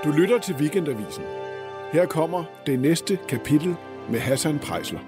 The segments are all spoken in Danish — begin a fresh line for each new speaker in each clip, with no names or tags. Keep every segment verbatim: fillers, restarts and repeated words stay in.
Du lytter til Weekendavisen. Her kommer det næste kapitel med Hassan Preisler.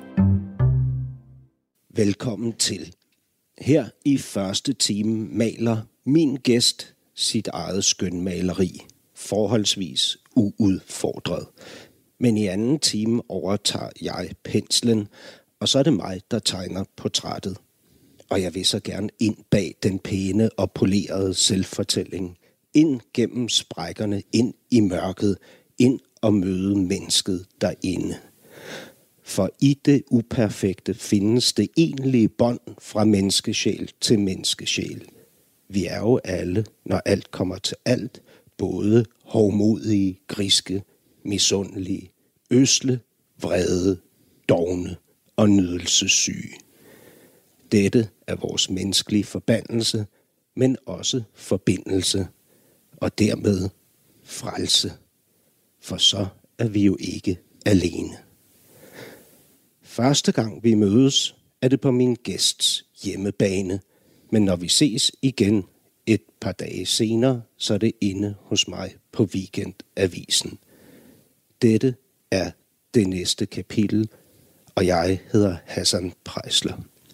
Velkommen til. Her i første time maler min gæst sit eget skønmaleri, forholdsvis uudfordret. Men i anden time overtager jeg penslen, og så er det mig, der tegner portrættet. Og jeg vil så gerne ind bag den pæne og polerede selvfortælling. Ind gennem sprækkerne, ind i mørket, ind og møde mennesket derinde. For i det uperfekte findes det egentlige bånd fra menneskesjæl til menneskesjæl. Vi er jo alle, når alt kommer til alt, både hovmodige, griske, misundelige, øsle, vrede, dovne og nydelsessyge. Dette er vores menneskelige forbandelse, men også forbindelse, og dermed frelse. For så er vi jo ikke alene. Første gang vi mødes, er det på min gæsts hjemmebane, men når vi ses igen et par dage senere, så er det inde hos mig på Weekendavisen. Dette er det næste kapitel, og jeg hedder Hassan Preisler.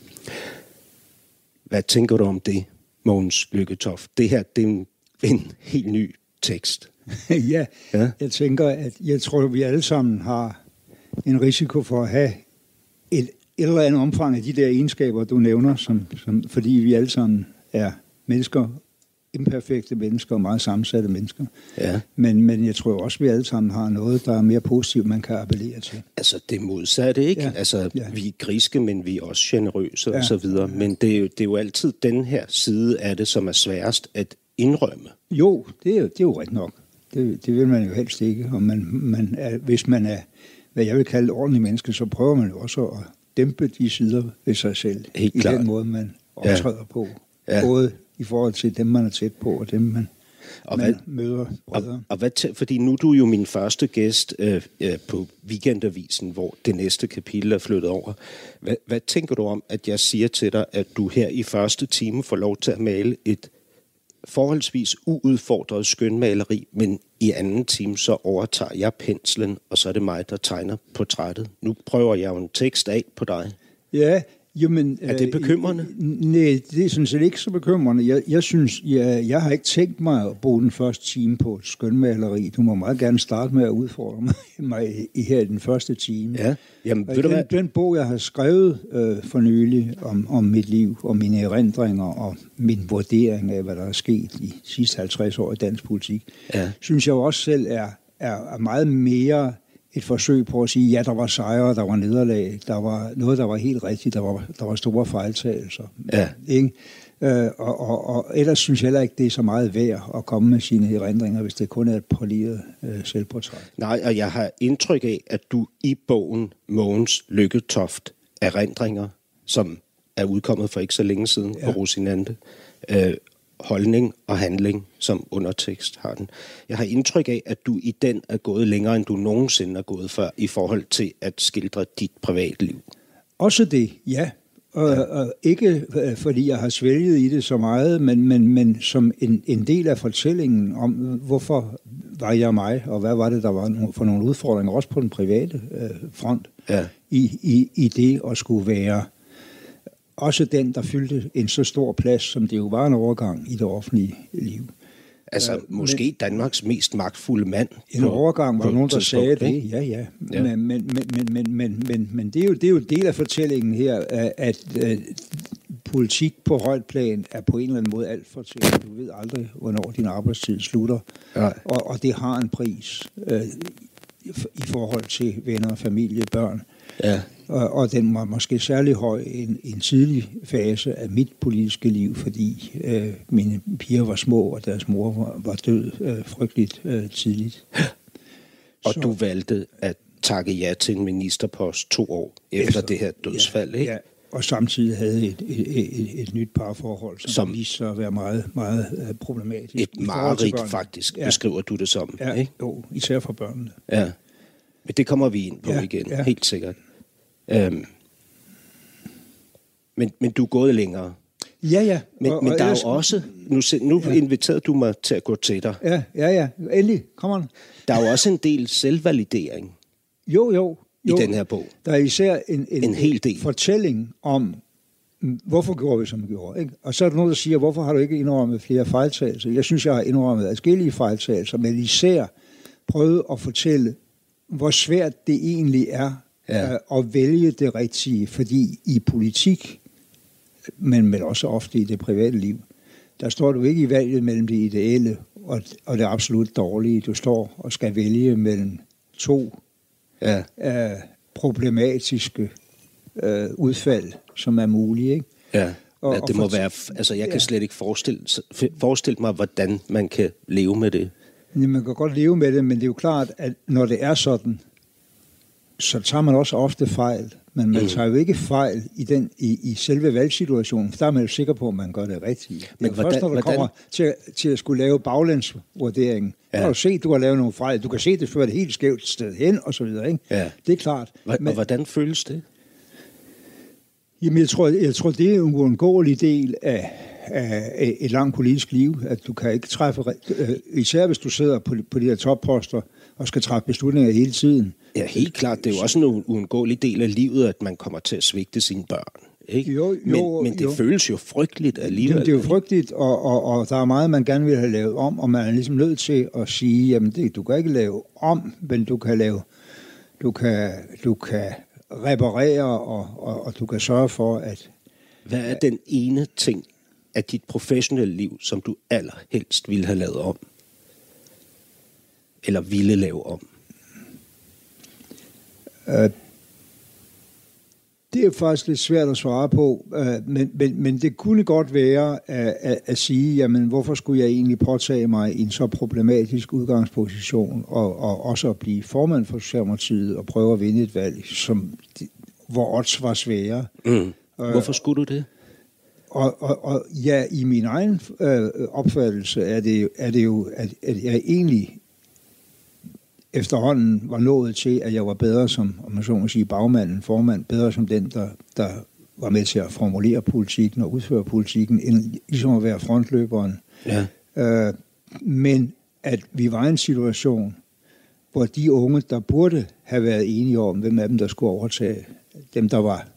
Hvad tænker du om det, Mogens Lykketoft? Det her, det er en helt ny tekst.
ja, ja, jeg tænker, at jeg tror, at vi alle sammen har en risiko for at have et, et eller andet omfang af de der egenskaber, du nævner, som, som, fordi vi alle sammen er mennesker, imperfekte mennesker og meget sammensatte mennesker. Ja. Men, men jeg tror også, at vi alle sammen har noget, der er mere positivt, man kan appellere til.
Altså det modsatte, ikke? Ja. Altså ja. Vi er griske, men vi er også generøse ja. og så videre. Men det er, jo, det er jo altid den her side af det, som er sværest at indrømme.
Jo, det er jo, det er jo ret nok. Det, det vil man jo helst ikke. Og man, man er, hvis man er, hvad jeg vil kalde ordentlig menneske, så prøver man jo også at dæmpe de sider ved sig selv. Helt i klart. Den måde, man optræder ja. på. Ja. Både i forhold til dem, man er tæt på, og dem, man, og man hvad, møder brødre.
Og, og hvad tæ- fordi nu er du jo min første gæst øh, øh, på Weekendavisen, hvor det næste kapitel er flyttet over. Hvad, hvad tænker du om, at jeg siger til dig, at du her i første time får lov til at male et forholdsvis uudfordret skønmaleri, men i anden time så overtager jeg penslen, og så er det mig, der tegner portrættet. Nu prøver jeg jo en tekst af på dig.
Ja, jamen,
er det bekymrende?
Øh, nej, det er sådan set ikke så bekymrende. Jeg, jeg synes, jeg, jeg har ikke tænkt mig at bruge den første time på et skønmaleri. Du må meget gerne starte med at udfordre mig, mig i her i den første time.
Ja, jamen, ved
den,
du hvad?
Den bog, jeg har skrevet øh, for nylig om, om mit liv, og mine erindringer, og min vurdering af, hvad der er sket i de sidste halvtreds år i dansk politik, ja. synes jeg jo også selv er, er, er meget mere et forsøg på at sige, ja, der var sejre, der var nederlag, der var noget, der var helt rigtigt, der var, der var store fejltagelser. Ja. Ikke? Øh, og, og, og ellers synes jeg heller ikke, det er så meget værd at komme med sine erindringer, hvis det kun er et poleret øh, selvportræt.
Nej, og jeg har indtryk af, at du i bogen Mogens Lykketoft erindringer, som er udkommet for ikke så længe siden ja. på Rosinante, øh, holdning og handling som undertekst har den. Jeg har indtryk af, at du i den er gået længere, end du nogensinde er gået før, i forhold til at skildre dit privatliv.
Også det, ja. Og, ja. og ikke fordi jeg har svælget i det så meget, men, men, men som en, en del af fortællingen om, hvorfor var jeg mig, og hvad var det, der var for nogle udfordringer, også på den private øh, front, ja. i, i, i det at skulle være også den, der fyldte en så stor plads, som det jo var en overgang i det offentlige liv.
Altså, uh, måske men, Danmarks mest magtfulde mand.
En på, overgang var nogen, der sagde det. Ja, ja. ja. Men, men, men, men, men, men, men det er jo det er jo en del af fortællingen her, at, at, at politik på højt plan er på en eller anden måde alt for til. Du ved aldrig, hvornår din arbejdstid slutter. Ja. Og, og det har en pris øh, i forhold til venner, familie, børn. Ja. Og, og den var måske særlig høj i en, en tidlig fase af mit politiske liv, fordi øh, mine piger var små, og deres mor var, var død øh, frygteligt øh, tidligt.
Og Så, du valgte at takke ja til en ministerpost to år efter, efter det her dødsfald,
ja,
ikke?
Ja, og samtidig havde et, et, et, et, et nyt parforhold, som, som viste sig at være meget, meget uh, problematisk.
Et mareridt faktisk, ja. beskriver du det som,
ja,
ikke?
Jo, især for børnene.
Ja, men det kommer vi ind på ja, igen, ja. helt sikkert. Øhm. Men, men du er gået længere.
Ja, ja.
Men,
og,
men
og
der
ellers,
er jo også... Nu, nu
ja.
inviterede du mig til at gå til dig.
Ja, ja, ja. Endelig. Kom on.
Der er jo også en del selvvalidering
jo, jo, jo.
i den her bog.
Der er især en, en,
en hel del.
fortælling om, hvorfor gjorde vi, som vi gjorde. Ikke? Og så er der nogen, der siger, hvorfor har du ikke indrømmet flere fejltagelser? Jeg synes, jeg har indrømmet adskillige fejltagelser, men især prøvet at fortælle, hvor svært det egentlig er ja. at vælge det rigtige. Fordi i politik, men, men også ofte i det private liv, der står du ikke i valget mellem det ideelle og, og det absolut dårlige. Du står og skal vælge mellem to ja. uh, problematiske uh, udfald, som er mulige. Ikke?
Ja, og, ja det og må være... Altså, jeg kan ja. slet ikke forestille, forestille mig, hvordan man kan leve med det.
Ja, man kan godt leve med det, men det er jo klart, at når det er sådan, så tager man også ofte fejl. Men man mm. tager jo ikke fejl i, den, i, i selve valgsituationen, for der er man jo sikker på, at man gør det rigtigt. Men det er først, når du kommer til, til at skulle lave baglænsvurderingen, ja. kan du se, at du har lavet nogle fejl. Du kan se, at det fører et helt skævt sted hen, og så videre. Ikke? Ja. Det er klart.
H- men, og hvordan føles det?
Jamen, jeg tror, jeg tror det er en uundgåelig del af, af et langt politisk liv, at du kan ikke træffe, især hvis du sidder på, på de her topposter og skal træffe beslutninger hele tiden.
Ja, helt klart. Det er jo også en uundgåelig del af livet, at man kommer til at svigte sine børn. Ikke?
Jo, jo,
men, men det
jo.
føles jo frygteligt alligevel.
Det er jo frygteligt, og, og, og der er meget, man gerne vil have lavet om, og man er ligesom nødt til at sige, jamen det, du kan ikke lave om, men du kan lave, du kan, du kan reparere, og, og, og du kan sørge for, at...
Hvad er den ene ting af dit professionelle liv, som du allerhelst ville have lavet om? Eller ville lave om?
Uh, det er faktisk lidt svært at svare på, uh, men, men, men det kunne godt være uh, at, at sige, jamen hvorfor skulle jeg egentlig påtage mig en så problematisk udgangsposition, og, og også at blive formand for Socialdemokratiet og prøve at vinde et valg, som, hvor odds var svære.
Mm. Hvorfor skulle du det?
Og, og, og ja, i min egen øh, opfattelse er det, er det jo, at, at jeg egentlig efterhånden var nået til, at jeg var bedre som, om man så må sige, bagmanden, formand, bedre som den, der, der var med til at formulere politikken og udføre politikken, end ligesom at være frontløberen.
Ja.
Øh, men at vi var i en situation, hvor de unge, der burde have været enige om, hvem af dem, der skulle overtage, dem, der var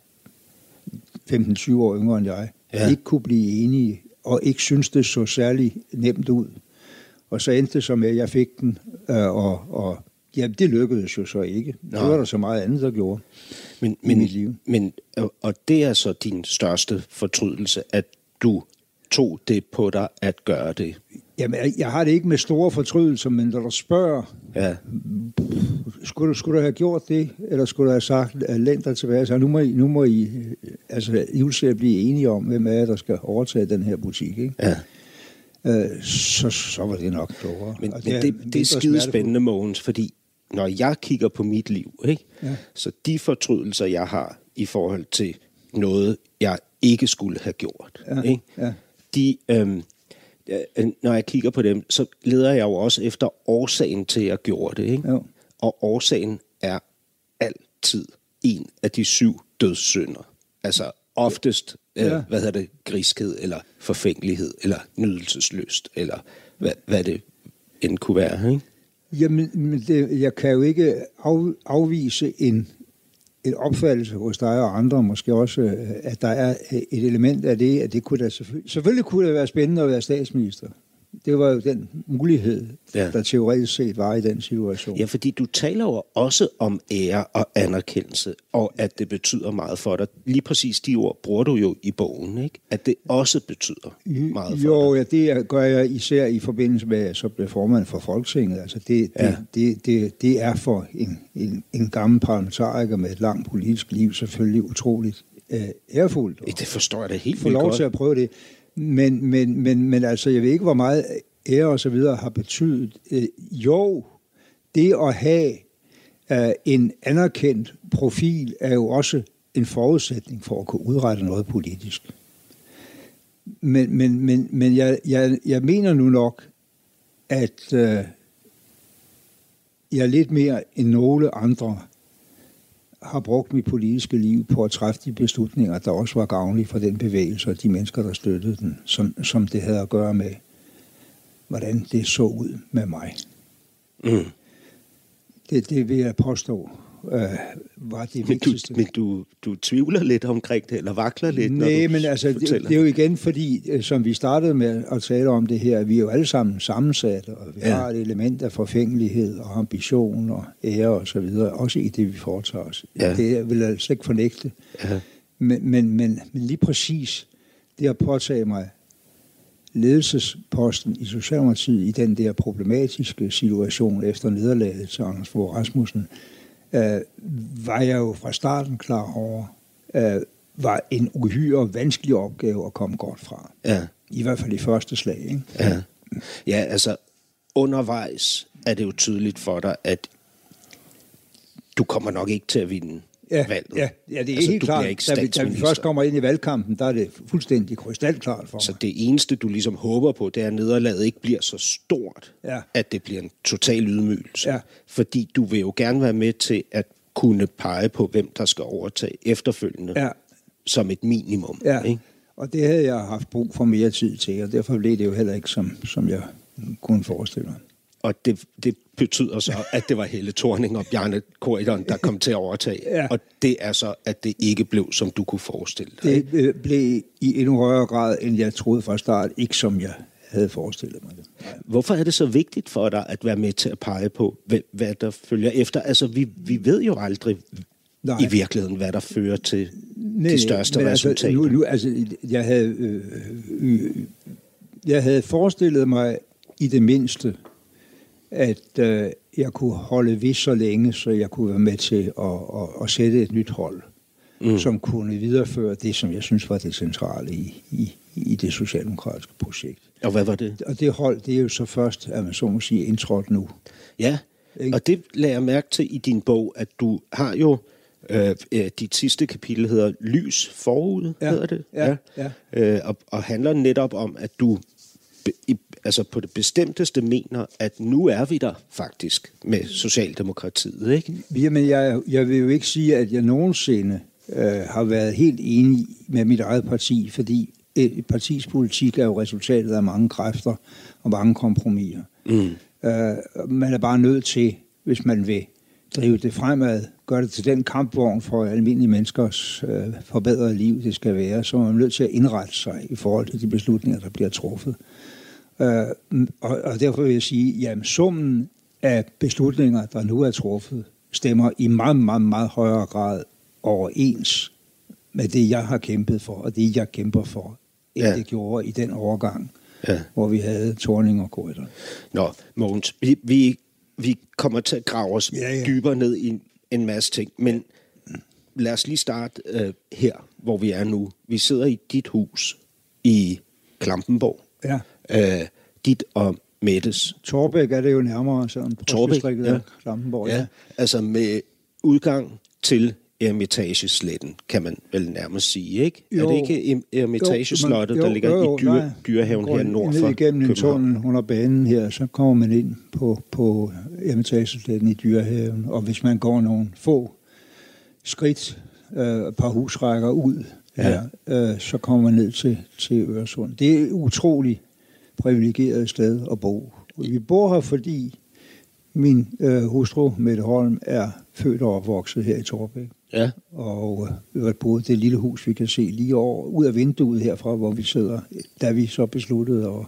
femten tyve år yngre end jeg, ja. ikke kunne blive enige, og ikke synes det så særlig nemt ud. Og så endte det så med, at jeg fik den, øh, og, og ja, det lykkedes jo så ikke. Nå. Det var der så meget andet, der gjorde
men,
i
men,
mit liv.
Men, og det er så din største fortrydelse, at du tog det på dig at gøre det?
Jamen, jeg har det ikke med store fortrydelser, men når du spørger,
ja.
skulle, du, skulle du have gjort det, eller skulle du have sagt, læn dig tilbage, så nu må I, nu må I altså, I vil se at blive enige om, hvem er der skal overtage den her butik, ikke?
Ja.
Øh, så, så var det nok klogere.
Men, men det, det, det er skide spændende, Mogens, fordi når jeg kigger på mit liv, ikke, ja. så de fortrydelser, jeg har i forhold til noget, jeg ikke skulle have gjort,
ja.
ikke,
Ja.
de... Øhm, når jeg kigger på dem, så leder jeg jo også efter årsagen til, at jeg gjorde det. Ikke?
Jo.
Og årsagen er altid en af de syv dødssynder. Altså oftest, ja. øh, hvad hedder det, griskhed, eller forfængelighed, eller nydelseslyst, eller hvad, hvad det end kunne være. Ikke?
Jamen, men det, jeg kan jo ikke af, afvise en, en opfattelse hos dig og andre, måske også, at der er et element af det, at det kunne da selvfølgelig, selvfølgelig kunne det være spændende at være statsminister. Det var jo den mulighed, ja. der teoretisk set var i den situation.
Ja, fordi du taler jo også om ære og anerkendelse, og at det betyder meget for dig. Lige præcis de ord bruger du jo i bogen, ikke? At det også betyder meget for
jo,
dig.
Jo, ja, det gør jeg især i forbindelse med, at jeg så blev formand for Folketinget. Altså det, ja. det, det, det, det er for en, en, en gammel parlamentariker med et langt politisk liv selvfølgelig utroligt øh, ærefuldt.
Ja, det forstår jeg da helt
vildt godt. Få lov til at prøve det. Men, men, men, men altså, jeg ved ikke, hvor meget ære og så videre har betydet. Øh, jo, det at have øh, en anerkendt profil er jo også en forudsætning for at kunne udrette noget politisk. Men, men, men, men jeg, jeg, jeg mener nu nok, at øh, jeg lidt mere end nogle andre har brugt mit politiske liv på at træffe de beslutninger, der også var gavnlige for den bevægelse og de mennesker, der støttede den, som, som det havde at gøre med, hvordan det så ud med mig. Mm. Det, det vil jeg påstå, øh, var det vigtigste.
Men du, men du, du tvivler lidt omkring det, eller vakler lidt,
Nej,
når du
men altså, det, det er jo igen fordi, som vi startede med at tale om det her, vi er jo alle sammen sammensatte, og vi ja. har et element af forfængelighed og ambition og ære og så videre, også i det, vi foretager os. Ja. Det vil jeg slet ikke fornægte. Ja. Men, men, men, men lige præcis det at påtage mig ledelsesposten i Socialdemokratiet i den der problematiske situation efter nederlaget til Anders Fogh Rasmussen, øh, var jeg jo fra starten klar over, øh, var en uhyre vanskelig opgave at komme godt fra. Ja. I hvert fald i første slag. Ikke?
Ja. ja, altså undervejs er det jo tydeligt for dig, at du kommer nok ikke til at vinde.
Ja, ja, ja, det er altså, helt klart. Da vi, da vi først kommer ind i valgkampen, der er det fuldstændig krystalklart for mig.
Så det eneste, du ligesom håber på, det er, at nederlaget ikke bliver så stort, ja. at det bliver en total ydmygelse. Ja. Fordi du vil jo gerne være med til at kunne pege på, hvem der skal overtage efterfølgende, ja. som et minimum.
Ja.
Ikke?
Og det havde jeg haft brug for mere tid til, og derfor blev det jo heller ikke, som, som jeg kunne forestille mig.
Og det, det betyder så, at det var Helle Thorning og Bjarne Corydon, der kom til at overtage. Ja. Og det er så, at det ikke blev, som du kunne forestille dig.
Det blev i endnu højere grad, end jeg troede fra start, ikke som jeg havde forestillet mig det. Nej.
Hvorfor er det så vigtigt for dig at være med til at pege på, hvad der følger efter? Altså, vi, vi ved jo aldrig Nej. i virkeligheden, hvad der fører til Nej, de største resultater.
Altså, nu, nu, altså, jeg havde, øh, øh, jeg havde forestillet mig i det mindste, at øh, jeg kunne holde ved så længe, så jeg kunne være med til at, at, at sætte et nyt hold, mm. som kunne videreføre det, som jeg synes var det centrale i, i, i det socialdemokratiske projekt.
Og hvad var det?
Og det hold, det er jo så først, at man så må sige, indtrådt nu.
Ja, ikke? Og det lader jeg mærke til i din bog, at du har jo, øh, dit sidste kapitel hedder Lys forud, ja. hedder det?
Ja, ja.
ja. Øh, og, og handler netop om, at du i, altså på det bestemteste mener, at nu er vi der faktisk med Socialdemokratiet, ikke?
Jamen, jeg, jeg vil jo ikke sige, at jeg nogensinde øh, har været helt enig med mit eget parti, fordi et partis politik er jo resultatet af mange kræfter og mange kompromiser. Mm. Øh, man er bare nødt til, hvis man vil drive det fremad, gøre det til den kampvogn for almindelige menneskers øh, forbedrede liv, det skal være, så er man nødt til at indrette sig i forhold til de beslutninger, der bliver truffet. Uh, og, og derfor vil jeg sige, at summen af beslutninger, der nu er truffet, stemmer i meget, meget, meget højere grad overens med det, jeg har kæmpet for, og det, jeg kæmper for, end ja. det gjorde i den overgang, ja. hvor vi havde Thorning og Corydon.
Nå, Mogens, vi, vi, vi kommer til at grave os ja, ja. dybere ned i en, en masse ting, men lad os lige starte uh, her, hvor vi er nu. Vi sidder i dit hus i Klampenborg. Ja. Uh, dit og Mettes.
Torbæk er det jo nærmere sådan på
Torbæk, ja.
Klampenborg.
Ja. ja, altså med udgang til Eremitagesletten, kan man vel nærmest sige, ikke? Jo. Er det ikke Eremitageslottet, der ligger jo, jo, i dyre, dyrehaven her nord for
København? Igennem en tunnel under banen her, så kommer man ind på, på Eremitagesletten i dyrehaven, og hvis man går nogle få skridt, øh, et par husrækker ud her, ja. øh, så kommer man ned til, til Øresund. Det er et utroligt privilegeret sted at bo. Vi bor her, fordi min øh, hustru, Mette Holm, er født og opvokset her i Torbæk. Ja. Og vi har boet det lille hus, vi kan se lige over, ud af vinduet herfra, hvor vi sidder, da vi så besluttede at,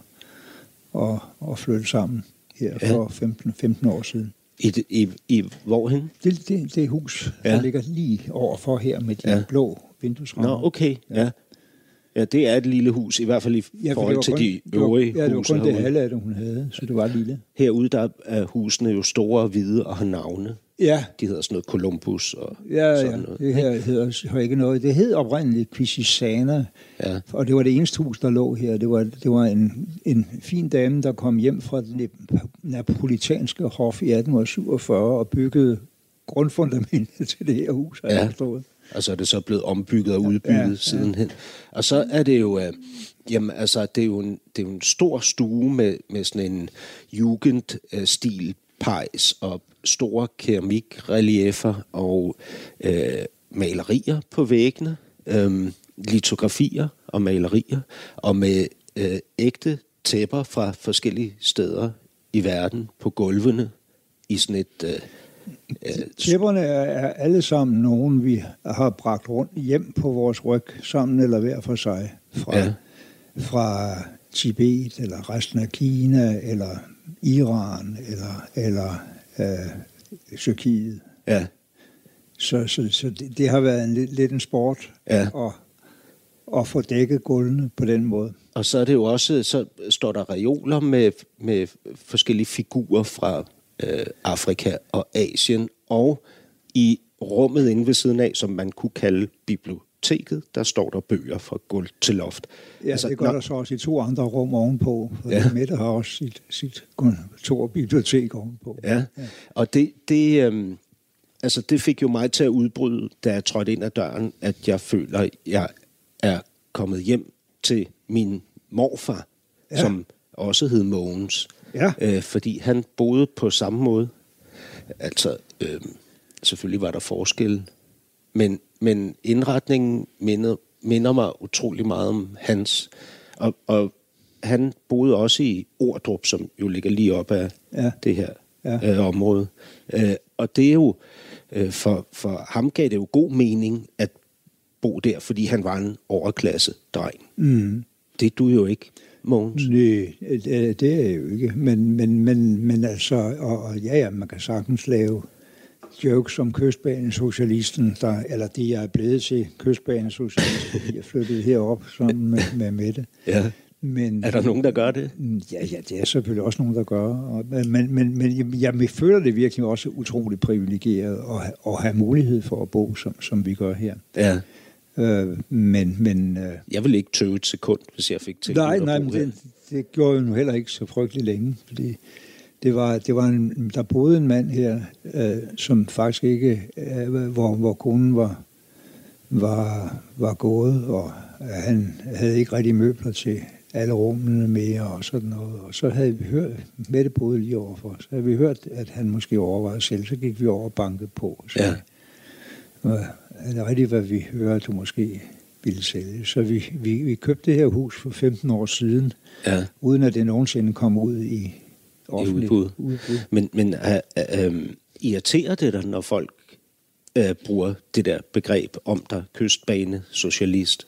at, at flytte sammen her ja. for femten, femten år siden.
I, i, i hvorhen?
Det, det, det hus, ja. der ligger lige overfor her med de ja. blå vinduesrammer.
Nå, okay, ja. ja. Ja, det er et lille hus, i hvert fald i ja, forhold til kun, de øvrige
huse. Ja, det var kun
herude.
Det halve af det, hun havde, så det var lille.
Herude der er husene jo store og hvide og har navne. Ja. De hedder sådan noget Columbus og
ja,
sådan
ja.
noget.
Det her hedder har ikke noget. Det hed oprindeligt Quisisana, ja. og det var det eneste hus, der lå her. Det var, det var en, en fin dame, der kom hjem fra det napolitanske hof i atten syvogfyrre og byggede grundfundamentet til det her hus, har ja. jeg forstået.
Og så er det så blevet ombygget og udbygget ja, ja. sidenhen. Og så er det jo, øh, jamen altså, det er jo en, det er jo en stor stue med, med sådan en jugendstil pejs og store keramikreliefer og øh, malerier på væggene, øh, litografier og malerier, og med øh, ægte tæpper fra forskellige steder i verden på gulvene i sådan et... Øh, øh,
Tæpperne er, er alle sammen nogen, vi har bragt rundt hjem på vores ryg, sammen eller hver for sig, fra, ja. fra Tibet, eller resten af Kina, eller Iran, eller, eller øh, Tyrkiet.
Ja.
Så, så, så det, det har været en, lidt, lidt en sport
ja.
at, at få dækket gulvene på den måde.
Og så er det jo også, så står der reoler med, med forskellige figurer fra øh, Afrika og Asien, og i rummet inde ved siden af, som man kunne kalde biblioteket, der står der bøger fra gulv til loft.
Ja, altså, det gør når... der så også i to andre rum ovenpå, for ja. Mette har også sit, sit kontorbibliotek ovenpå.
Ja, ja. Og det, det, øhm, altså, det fik jo mig til at udbryde, da jeg trådte ind ad døren, at jeg føler, at jeg er kommet hjem til min morfar, ja. Som også hed Mogens.
Ja.
Øh, fordi han boede på samme måde. Altså, øh, selvfølgelig var der forskel, men, men indretningen minder, minder mig utrolig meget om hans. Og, og han boede også i Ordrup, som jo ligger lige op af ja. Det her ja. øh, område. Øh, og det er jo, øh, for, for ham gav det jo god mening at bo der, fordi han var en overklasse dreng.
Mm.
Det er du jo ikke, Mogens.
Nej, det er jeg jo ikke. Men, men, men, men altså, og, og ja, ja, man kan sagtens lave jokes om kystbanesocialisten, der, eller det, jeg er blevet til kystbanesocialisten, fordi jeg flyttede herop sammen med, med Mette.
Ja.
Men,
er der nogen, der gør det?
Ja, ja, det er selvfølgelig også nogen, der gør. Og, men men, men jeg, jeg føler det virkelig også utroligt privilegeret at, at have mulighed for at bo, som, som vi gør her.
Ja.
Øh, men, men, øh,
jeg vil ikke tøve et sekund, hvis jeg fik til
nej,
at
nej,
bo
men
her.
det, det gjorde jo nu heller ikke så frygtelig længe, fordi det var, det var en, der boede en mand her, øh, som faktisk ikke, øh, hvor, hvor konen var, var, var gået, og øh, han havde ikke rigtig møbler til alle rummene mere og sådan noget. Og så havde vi hørt, Mette boede lige overfor, så havde vi hørt, at han måske overvejede selv, så gik vi over og bankede på. Så,
ja.
øh, er det rigtigt, hvad vi hører, at du måske ville sælge? Så vi, vi, vi købte det her hus for femten år siden,
ja.
Uden at det nogensinde kom ud i offentligt
udbud.
udbud.
Men, men øh, øh, irriterer det dig, når folk øh, bruger det der begreb om dig, kystbane, socialist?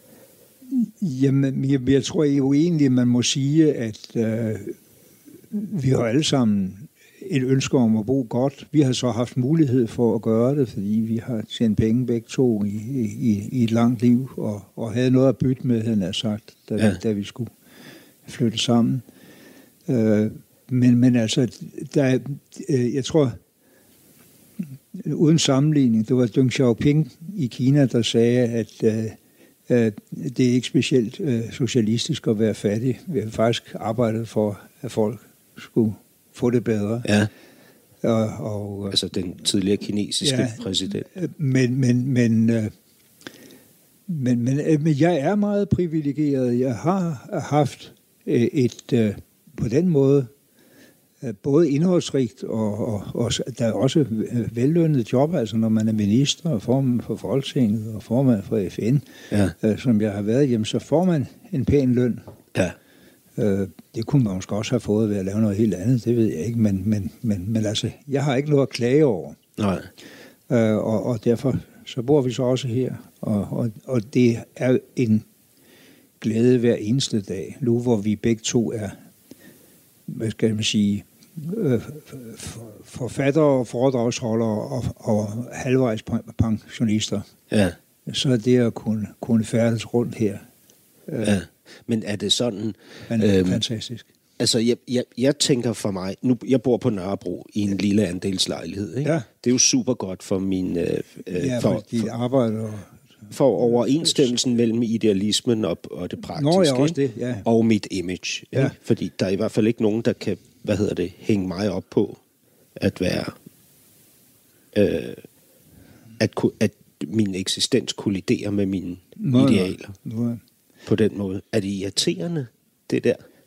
Jamen, jeg, jeg tror jo egentlig, at man må sige, at øh, vi har alle sammen et ønske om at bo godt. Vi har så haft mulighed for at gøre det, fordi vi har tjent penge begge to i, i, i et langt liv, og, og havde noget at bytte med, havde jeg sagt, da, ja. da vi skulle flytte sammen. Øh, men, men altså, der, øh, jeg tror, uden sammenligning, det var Deng Xiaoping i Kina, der sagde, at øh, øh, det er ikke specielt øh, socialistisk at være fattig. Vi har faktisk arbejdet for, at folk skulle få det bedre.
Ja.
Og, og,
altså den tidligere kinesiske
ja,
præsident.
Men, men, men, øh, men, men, men jeg er meget privilegeret. Jeg har haft et, øh, på den måde, både indholdsrigt og, og, og der er også vellønnet job, altså når man er minister og formand for Folketinget og formand for F N,
ja.
øh, som jeg har været, jamen, så får man en pæn løn.
Ja.
Øh, det kunne man måske også have fået ved at lave noget helt andet, det ved jeg ikke, men, men, men, men altså, jeg har ikke noget at klage over.
Nej.
Øh, og, og derfor så bor vi så også her, og, og, og det er en glæde hver eneste dag, nu hvor vi begge to er, hvad skal man sige, øh, forfattere og foredragsholdere og, og halvvejs pensionister.
Ja.
Så er det at kunne, kunne færdes rundt her.
Øh, ja. Men er det sådan...
Men det er øhm, fantastisk.
Altså, jeg, jeg, jeg tænker for mig... Nu, jeg bor på Nørrebro i en lille andelslejlighed, ikke?
Ja.
Det er jo super godt for min... Øh,
ja,
for,
for dit arbejde og...
For overensstemmelsen mellem idealismen og, og det praktiske.
Nå, ja, også det, ja.
Og mit image.
Ja.
Ikke? Fordi der er i hvert fald ikke nogen, der kan, hvad hedder det, hænge mig op på at være... Øh, at, at min eksistens kolliderer med mine Nå, idealer.
Nå.
På den måde. Er det irriterende, det der?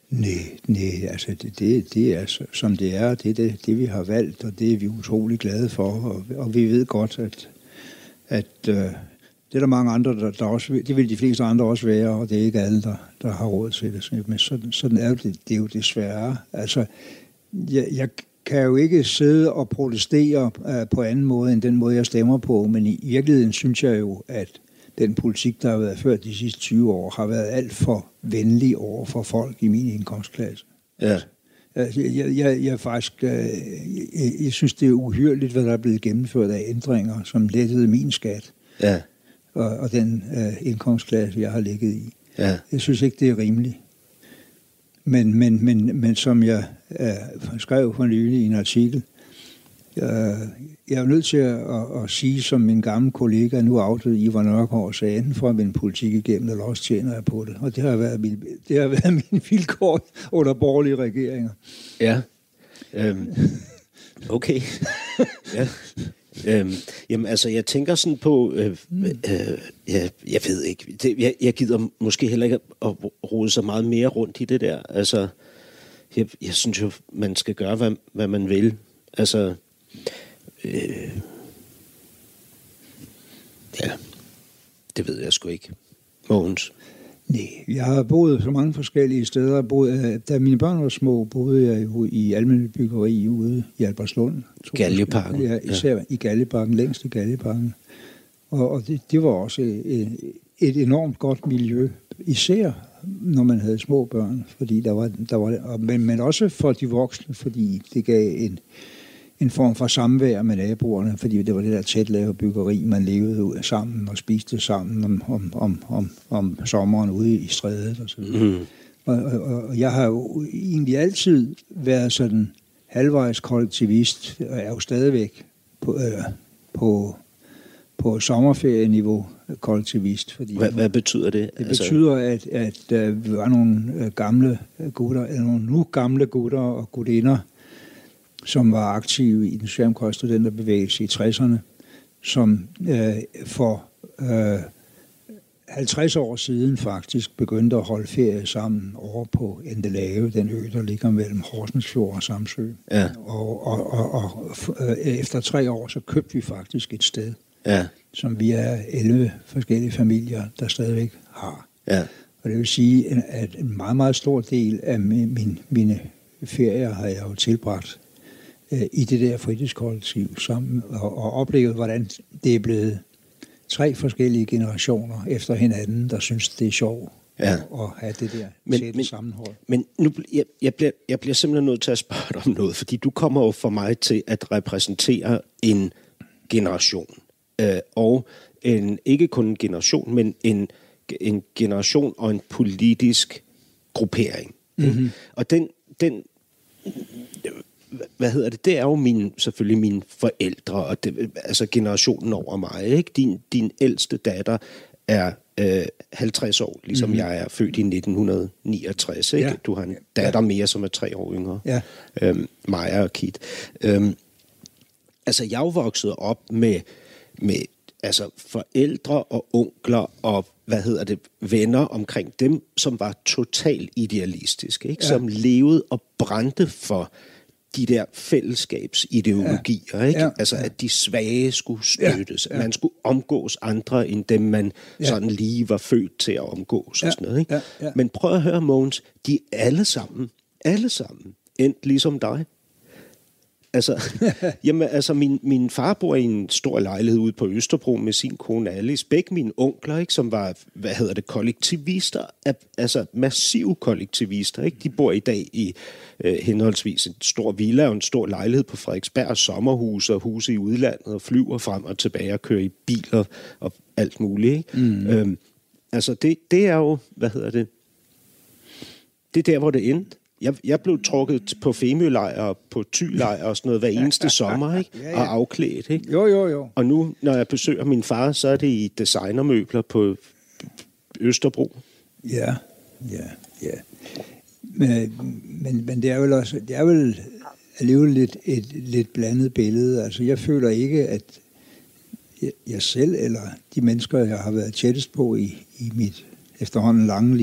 Nej, nej, altså det, det, det er som det er, det er det, det, vi har valgt, og det er vi utrolig glade for, og, og vi ved godt, at, at øh, det er der mange andre, der, der også, det vil de fleste andre også være, og det er ikke alle, der, der har råd til det. Men sådan, sådan er det, det er jo desværre. Altså, jeg, jeg kan jo ikke sidde og protestere uh, på anden måde, end den måde, jeg stemmer på, men i virkeligheden synes jeg jo, at den politik, der har været ført de sidste tyve år, har været alt for venlig over for folk i min indkomstklasse.
Ja.
Altså, jeg, jeg, jeg faktisk, jeg, jeg synes, det er uhyrligt, hvad der er blevet gennemført af ændringer, som lettede min skat,
ja.
og, og den uh, indkomstklasse, jeg har ligget i.
Ja. Jeg
synes ikke, det er rimeligt. Men, men, men, men som jeg uh, skrev for nylig i en artikel, uh, jeg er nødt til at, at, at sige, som min gamle kollega, nu afdøde Ivar Nørgaard, sagde, enten for at vende politik igennem, eller også tjener jeg på det. Og det har været min, det har været min vilkår under borgerlige regeringer.
Ja. Øhm. Okay. Ja. Øhm, jamen altså, jeg tænker sådan på, øh, øh, jeg, jeg ved ikke, det, jeg, jeg gider måske heller ikke at rode så meget mere rundt i det der. Altså, jeg, jeg synes jo, man skal gøre, hvad, hvad man vil. Altså, øh, ja, det ved jeg sgu ikke. Mogens?
Nej, jeg har boet så mange forskellige steder. Boet, da mine børn var små, boede jeg jo i almindelig byggeri ude i Albertslund.
Galjeparken.
Ja, især ja. I Galjeparken, længst i Galjeparken. Og, og det, det var også et, et enormt godt miljø, især når man havde små børn, fordi der var, der var men, men også for de voksne, fordi det gav en, en form for samvær med naboerne, fordi det var det der tæt lavet byggeri, man levede ud sammen og spiste sammen om, om, om, om, om sommeren ude i strædet og så videre. Mm. Og, og, og jeg har jo egentlig altid været sådan halvvejs kollektivist, og er jo stadigvæk på, øh, på, på sommerferieniveau kollektivist. Fordi
hvad, hvad betyder det?
Det altså... betyder, at, at der var nogle gamle gutter, eller nogle nu gamle gutter og gutinder, som var aktive i den socialdemokratiske studenterbevægelse i tresserne, som øh, for øh, halvtreds år siden faktisk begyndte at holde ferie sammen over på Endelave, den ø, der ligger mellem Horsensfjord og Samsø. Ja. Og, og, og, og øh, efter tre år, så købte vi faktisk et sted, ja. Som vi er elleve forskellige familier, der stadigvæk har. Ja. Og det vil sige, at en meget, meget stor del af min, mine ferier har jeg jo tilbragt i det der fritidskollektiv sammen, og, og oplevet, hvordan det er blevet tre forskellige generationer efter hinanden, der synes, det er sjovt ja. at, at have det der men, tætte men, sammenhold.
Men nu, jeg, jeg, bliver, jeg bliver simpelthen nødt til at spørge dig om noget, fordi du kommer jo for mig til at repræsentere en generation, øh, og en, ikke kun en generation, men en, en generation og en politisk gruppering. Mm-hmm. Og den, den hvad hedder det, det er jo mine, selvfølgelig mine forældre, og det, altså generationen over mig, ikke? Din, din ældste datter er øh, halvtreds år, ligesom mm-hmm. jeg er født i nitten niogtres, ikke? Ja. Du har en datter ja. mere, som er tre år yngre. Ja. Øhm, Maja og Kit. Øhm, altså, jeg er jo vokset op med, med altså, forældre og onkler og hvad hedder det, venner omkring dem, som var totalt idealistiske, ikke? Ja. Som levede og brændte for de der fællesskabsideologier, ja. ikke? Ja. Altså, at de svage skulle støttes. Ja. Ja. Man skulle omgås andre, end dem man ja. sådan lige var født til at omgås. Ja. Og sådan noget, ikke? Ja. Ja. Men prøv at høre, Mogens, de er alle sammen, alle sammen, endt ligesom dig. Altså, jamen, altså min, min far bor i en stor lejlighed ude på Østerbro med sin kone Alice. Begge mine onkler, ikke, som var, hvad hedder det, kollektivister, altså massive kollektivister, ikke? De bor i dag i øh, henholdsvis en stor villa og en stor lejlighed på Frederiksberg, sommerhuse og huse i udlandet, og flyver frem og tilbage og kører i biler og alt muligt, ikke? Mm. Øhm, altså, det, det er jo, hvad hedder det, det er der, hvor det endte. Jeg, jeg blev trukket på Femølejr og på Thylejr og sådan noget hver eneste sommer, ikke? Ja, ja. Og afklædt, ikke?
Jo, jo, jo.
Og nu, når jeg besøger min far, så er det i designermøbler på Østerbro.
Ja, ja, ja. Men, men, men det er vel også, det er vel alligevel lidt, et lidt blandet billede. Altså, jeg føler ikke, at jeg, jeg selv eller de mennesker, jeg har været tættest på i, i mit efterhånden lange liv,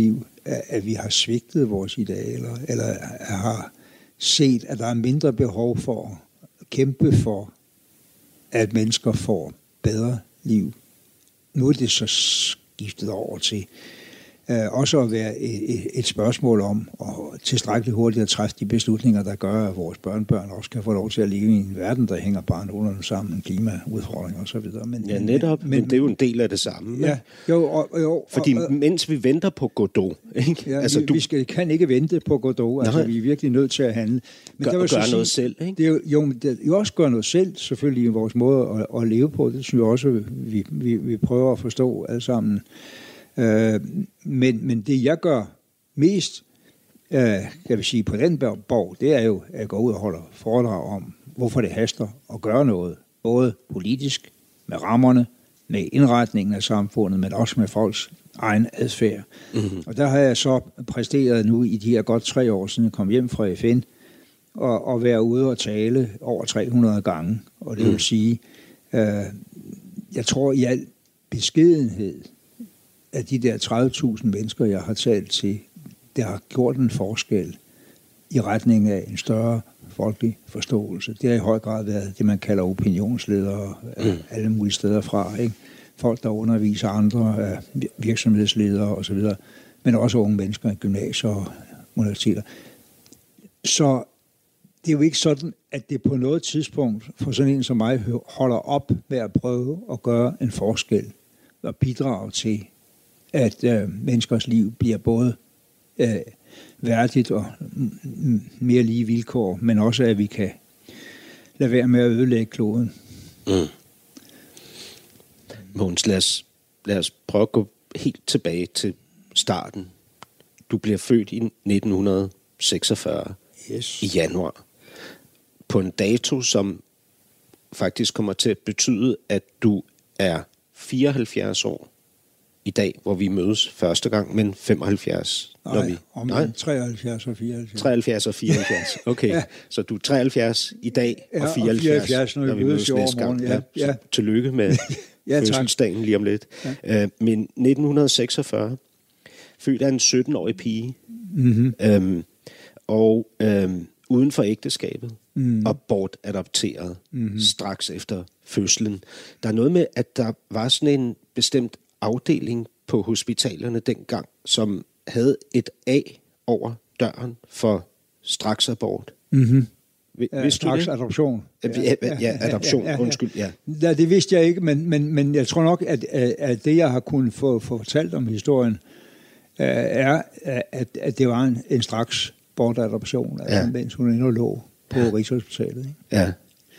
at, at vi har svigtet vores idealer, eller har set, at der er mindre behov for at kæmpe for, at mennesker får bedre liv. Nu er det så skiftet over til øh, også at være et, et spørgsmål om at tilstrækkeligt hurtigt at træffe de beslutninger, der gør, at vores børnebørn også kan få lov til at leve i en verden, der hænger bare nogenlunde sammen, klimaudfordringer og så videre. Men,
ja, netop, men, men det er jo en del af det samme.
Ja, jo, og, jo,
Fordi
og,
mens vi venter på Godot, ikke?
Ja,
altså,
vi,
du...
vi skal, kan ikke vente på Godot, altså vi er virkelig nødt til at handle.
Men gør, gør sige, noget selv, ikke?
Det er jo, jo, det er jo også gøre noget selv, selvfølgelig i vores måde at, at leve på. Det synes jeg også, vi, vi, vi prøver at forstå alle sammen. Uh, men, men det jeg gør mest, uh, kan vi sige, på den borg, det er jo at gå ud og holde foredrag om, hvorfor det haster at gøre noget. Både politisk, med rammerne, med indretningen af samfundet, men også med folks egen adfærd. Mm-hmm. Og der har jeg så præsteret nu i de her godt tre år siden, jeg kom hjem fra F N, og, og være ude og tale over tre hundrede gange. Og det vil mm. sige, uh, jeg tror i al beskedenhed, af de der tredive tusind mennesker, jeg har talt til, der har gjort en forskel i retning af en større folkelig forståelse. Det har i høj grad været det, man kalder opinionsledere mm. alle mulige steder fra. Ikke? Folk, der underviser andre, virksomhedsledere osv., men også unge mennesker i gymnasier og universiteter. Så det er jo ikke sådan, at det på noget tidspunkt for sådan en som mig holder op med at prøve at gøre en forskel og bidrage til, at øh, menneskers liv bliver både øh, værdigt og m- mere lige vilkår, men også at vi kan lade være med at ødelægge kloden. Mm.
Mogens, lad os, lad os prøve at gå helt tilbage til starten. Du bliver født i nitten seksogfyrre
yes.
i januar. På en dato, som faktisk kommer til at betyde, at du er fireoghalvfjerds år i dag, hvor vi mødes første gang, men femoghalvfjerds.
Nej, når vi, om nej? treoghalvfjerds og fireoghalvfjerds.
treoghalvfjerds og fireoghalvfjerds. Okay, ja. Så du er treoghalvfjerds i dag og fireoghalvfjerds,
ja, og fireoghalvfjerds når, når vi mødes næste gang. Ja,
ja. Tillykke med ja, fødselsdagen lige om lidt. Ja. Uh, men nitten seksogfyrre, født af en sytten-årig pige, mm-hmm. øhm, og øhm, uden for ægteskabet, mm. og bortadopteret mm-hmm. straks efter fødslen. Der er noget med, at der var sådan en bestemt afdeling på hospitalerne dengang, som havde et A over døren for straksabort.
Mm-hmm.
Ja,
straks adoption.
Ja, ja, ja, adoption, ja, ja, ja. Undskyld, ja.
ja. Det vidste jeg ikke, men, men, men jeg tror nok, at, at det, jeg har kunnet få, få fortalt om historien, er, at, at det var en, en straks bortadoption, ja. altså, mens hun endnu lå på ja. Rigshospitalet. Ikke?
Ja.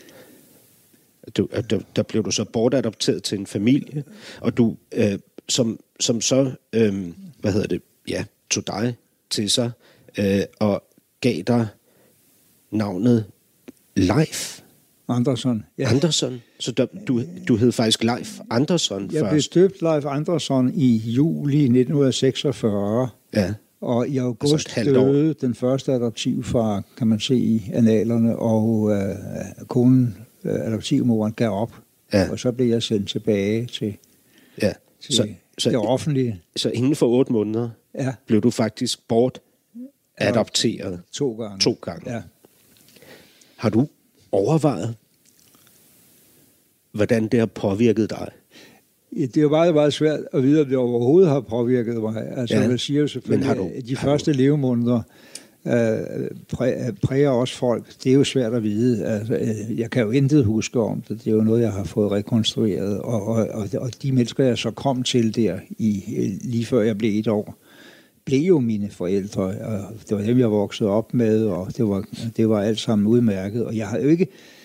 Du, der, der blev du så bortadopteret til en familie, og du, øh, som, som så, øh, hvad hedder det, ja, tog dig til sig, øh, og gav dig navnet Leif
Andersson.
Ja. Andersson. Så der, du, du hed faktisk Leif Andersson
jeg
først.
Jeg blev døbt Leif Andersson i juli nitten seksogfyrre.
Ja.
Og i august altså døde den første adoptivfar, kan man se i analerne, og øh, konen, øh, adoptivmoren, gav op. Ja. Og så blev jeg sendt tilbage til,
ja.
til
så, så,
det offentlige.
Så inden for otte måneder
ja.
blev du faktisk bortadopteret.
To gange.
To gange.
Ja.
Har du overvejet, hvordan det har påvirket dig?
Det er jo meget, meget svært at vide, om det overhovedet har påvirket mig. Altså, ja. Jeg siger jo selvfølgelig, du, at de første du... levemåneder øh, præ, præger også folk. Det er jo svært at vide. Altså, jeg kan jo intet huske om det. Det er jo noget, jeg har fået rekonstrueret. Og, og, og, og de mennesker, jeg så kom til der, i, lige før jeg blev et år, blev jo mine forældre. Og det var dem, jeg voksede op med, og det var, det var alt sammen udmærket. Og jeg har jo ikke...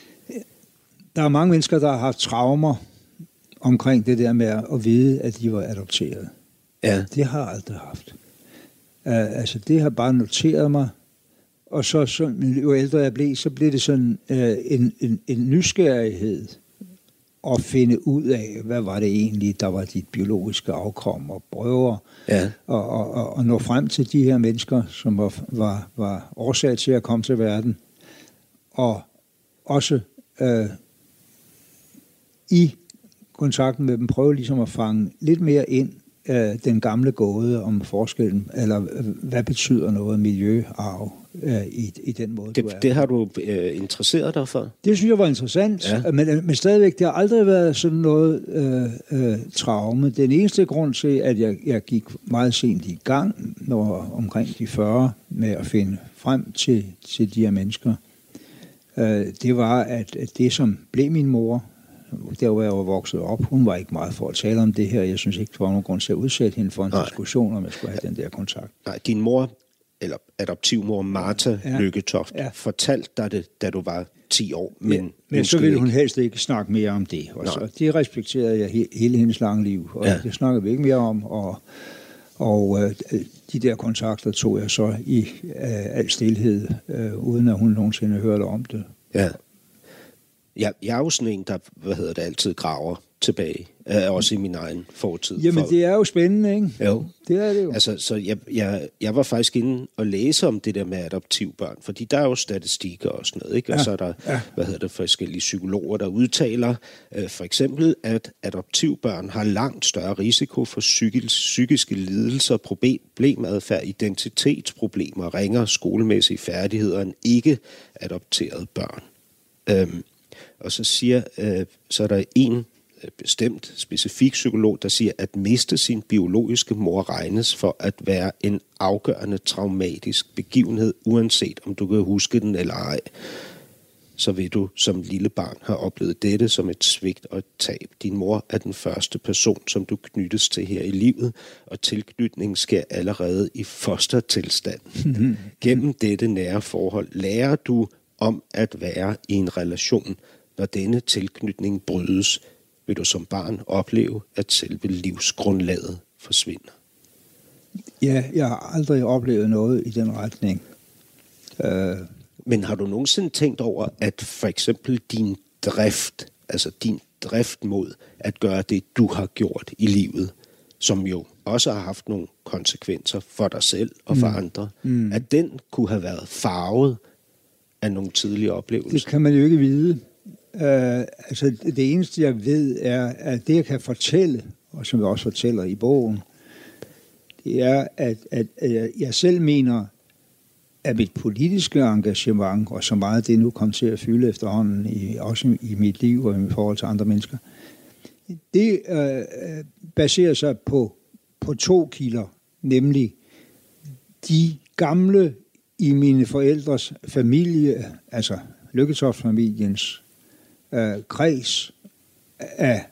Der er mange mennesker, der har haft traumer omkring det der med at vide, at de var adopteret.
Ja.
Det har jeg aldrig haft. Uh, altså, det har bare noteret mig. Og så, så jo ældre jeg blev, så blev det sådan uh, en, en, en nysgerrighed at finde ud af, hvad var det egentlig, der var dit biologiske afkom og prøver.
Ja.
Og, og, og, og nå frem til de her mennesker, som var, var, var årsag til at komme til verden. Og også uh, i kontakten med dem, prøve ligesom at fange lidt mere ind øh, den gamle gåde om forskellen, eller øh, hvad betyder noget miljøarv øh, i, i den måde,
det,
du er.
Det har du øh, interesseret dig for?
Det synes jeg var interessant, ja. men, men stadigvæk, det har aldrig været sådan noget øh, øh, traume. Den eneste grund til, at jeg, jeg gik meget sent i gang, når omkring de fyrre, med at finde frem til, til de her mennesker, øh, det var, at, at det, som blev min mor, der hvor jeg var vokset op, hun var ikke meget for at tale om det her. Jeg synes ikke, der var nogen grund til at udsætte hende for en Nej. diskussion, om jeg skulle have den der kontakt.
Nej, din mor, eller adoptivmor Martha ja. Lykketoft, ja. fortalte dig det, da du var ti år. Men,
ja, men så ville hun helst ikke snakke mere om det. Og så, det respekterede jeg he, hele hendes lange liv, og ja. det snakkede vi ikke mere om. Og, og øh, de der kontakter tog jeg så i øh, al stilhed, øh, uden at hun nogensinde hørte om det.
Ja. Jeg, jeg er jo sådan en, der hvad hedder det, altid graver tilbage, øh, også i min egen fortid.
Jamen, for, det er jo spændende, ikke?
Jo.
Det er det jo.
Altså, så jeg, jeg, jeg var faktisk inde og læse om det der med adoptivbørn, fordi der er jo statistikker og sådan noget, ikke? Og ja. så er der, ja. hvad hedder det, forskellige psykologer, der udtaler øh, for eksempel, at adoptivbørn har langt større risiko for psykisk, psykiske lidelser, problemadfærd, identitetsproblemer, ringere skolemæssige færdigheder end ikke adopterede børn. Øhm, Og så siger, øh, så er der en bestemt specifik psykolog, der siger, at miste sin biologiske mor regnes for at være en afgørende traumatisk begivenhed, uanset om du kan huske den eller ej. Så vil du som lille barn have oplevet dette som et svigt og et tab. Din mor er den første person, som du knyttes til her i livet, og tilknytningen sker allerede i fostertilstand. Mm-hmm. Gennem dette nære forhold lærer du om at være i en relation. Når denne tilknytning brydes, vil du som barn opleve, at selve livsgrundlaget forsvinder.
Ja, jeg har aldrig oplevet noget i den retning. Uh...
Men har du nogensinde tænkt over, at for eksempel din drift, altså din drift mod at gøre det, du har gjort i livet, som jo også har haft nogle konsekvenser for dig selv og for mm. andre, mm. at den kunne have været farvet af nogle tidlige oplevelser?
Det kan man jo ikke vide. Uh, altså det eneste jeg ved er, at det jeg kan fortælle, og som jeg også fortæller i bogen, det er, at, at, at jeg selv mener, at mit politiske engagement, og så meget det nu kom til at fylde efterhånden, i, også i mit liv og i forhold til andre mennesker, det uh, baserer sig på, på to kilder, nemlig de gamle i mine forældres familie, altså Lykketoft-familiens øh, kreds af,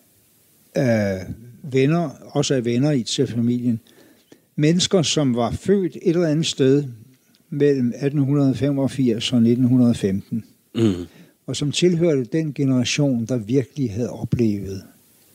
af venner, også af venner i til familien. Mennesker, som var født et eller andet sted mellem atten femogfirs og nitten femten. Mm. Og som tilhørte den generation, der virkelig havde oplevet,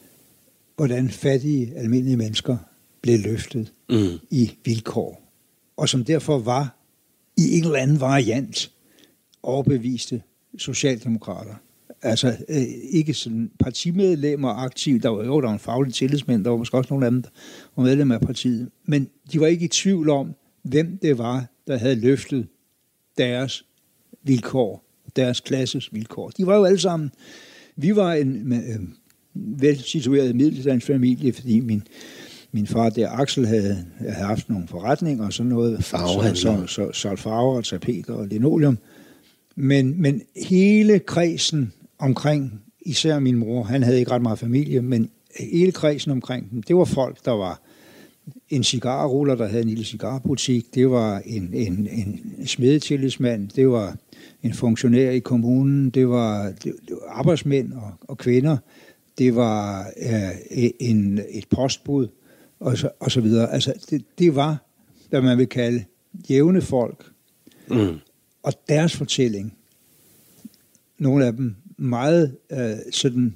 hvordan fattige, almindelige mennesker blev løftet mm. i vilkår. Og som derfor var i en eller anden variant overbeviste socialdemokrater. Altså øh, ikke sådan partimedlemmer aktivt, der var jo der var en faglig tillidsmænd, der var måske også nogle af dem, der var medlemmer af partiet, men de var ikke i tvivl om, hvem det var, der havde løftet deres vilkår, deres klasses vilkår. De var jo alle sammen, vi var en øh, velsitueret middelstandsfamilie, fordi min Min far der, Axel, havde, havde haft nogle forretninger og sådan noget.
Farvehandler.
Så, så, så farver og tapeter og linoleum. Men, men hele kredsen omkring, især min mor, han havde ikke ret meget familie, men hele kredsen omkring dem, det var folk, der var en cigarruller, der havde en lille cigarbutik, det var en, en, en smedetillidsmand, det var en funktionær i kommunen, det var, det, det var arbejdsmænd og, og kvinder, det var øh, en, et postbud, og så, og så videre. Altså, det, det var, hvad man vil kalde jævne folk. Mm. Og deres fortælling, nogle af dem meget øh, sådan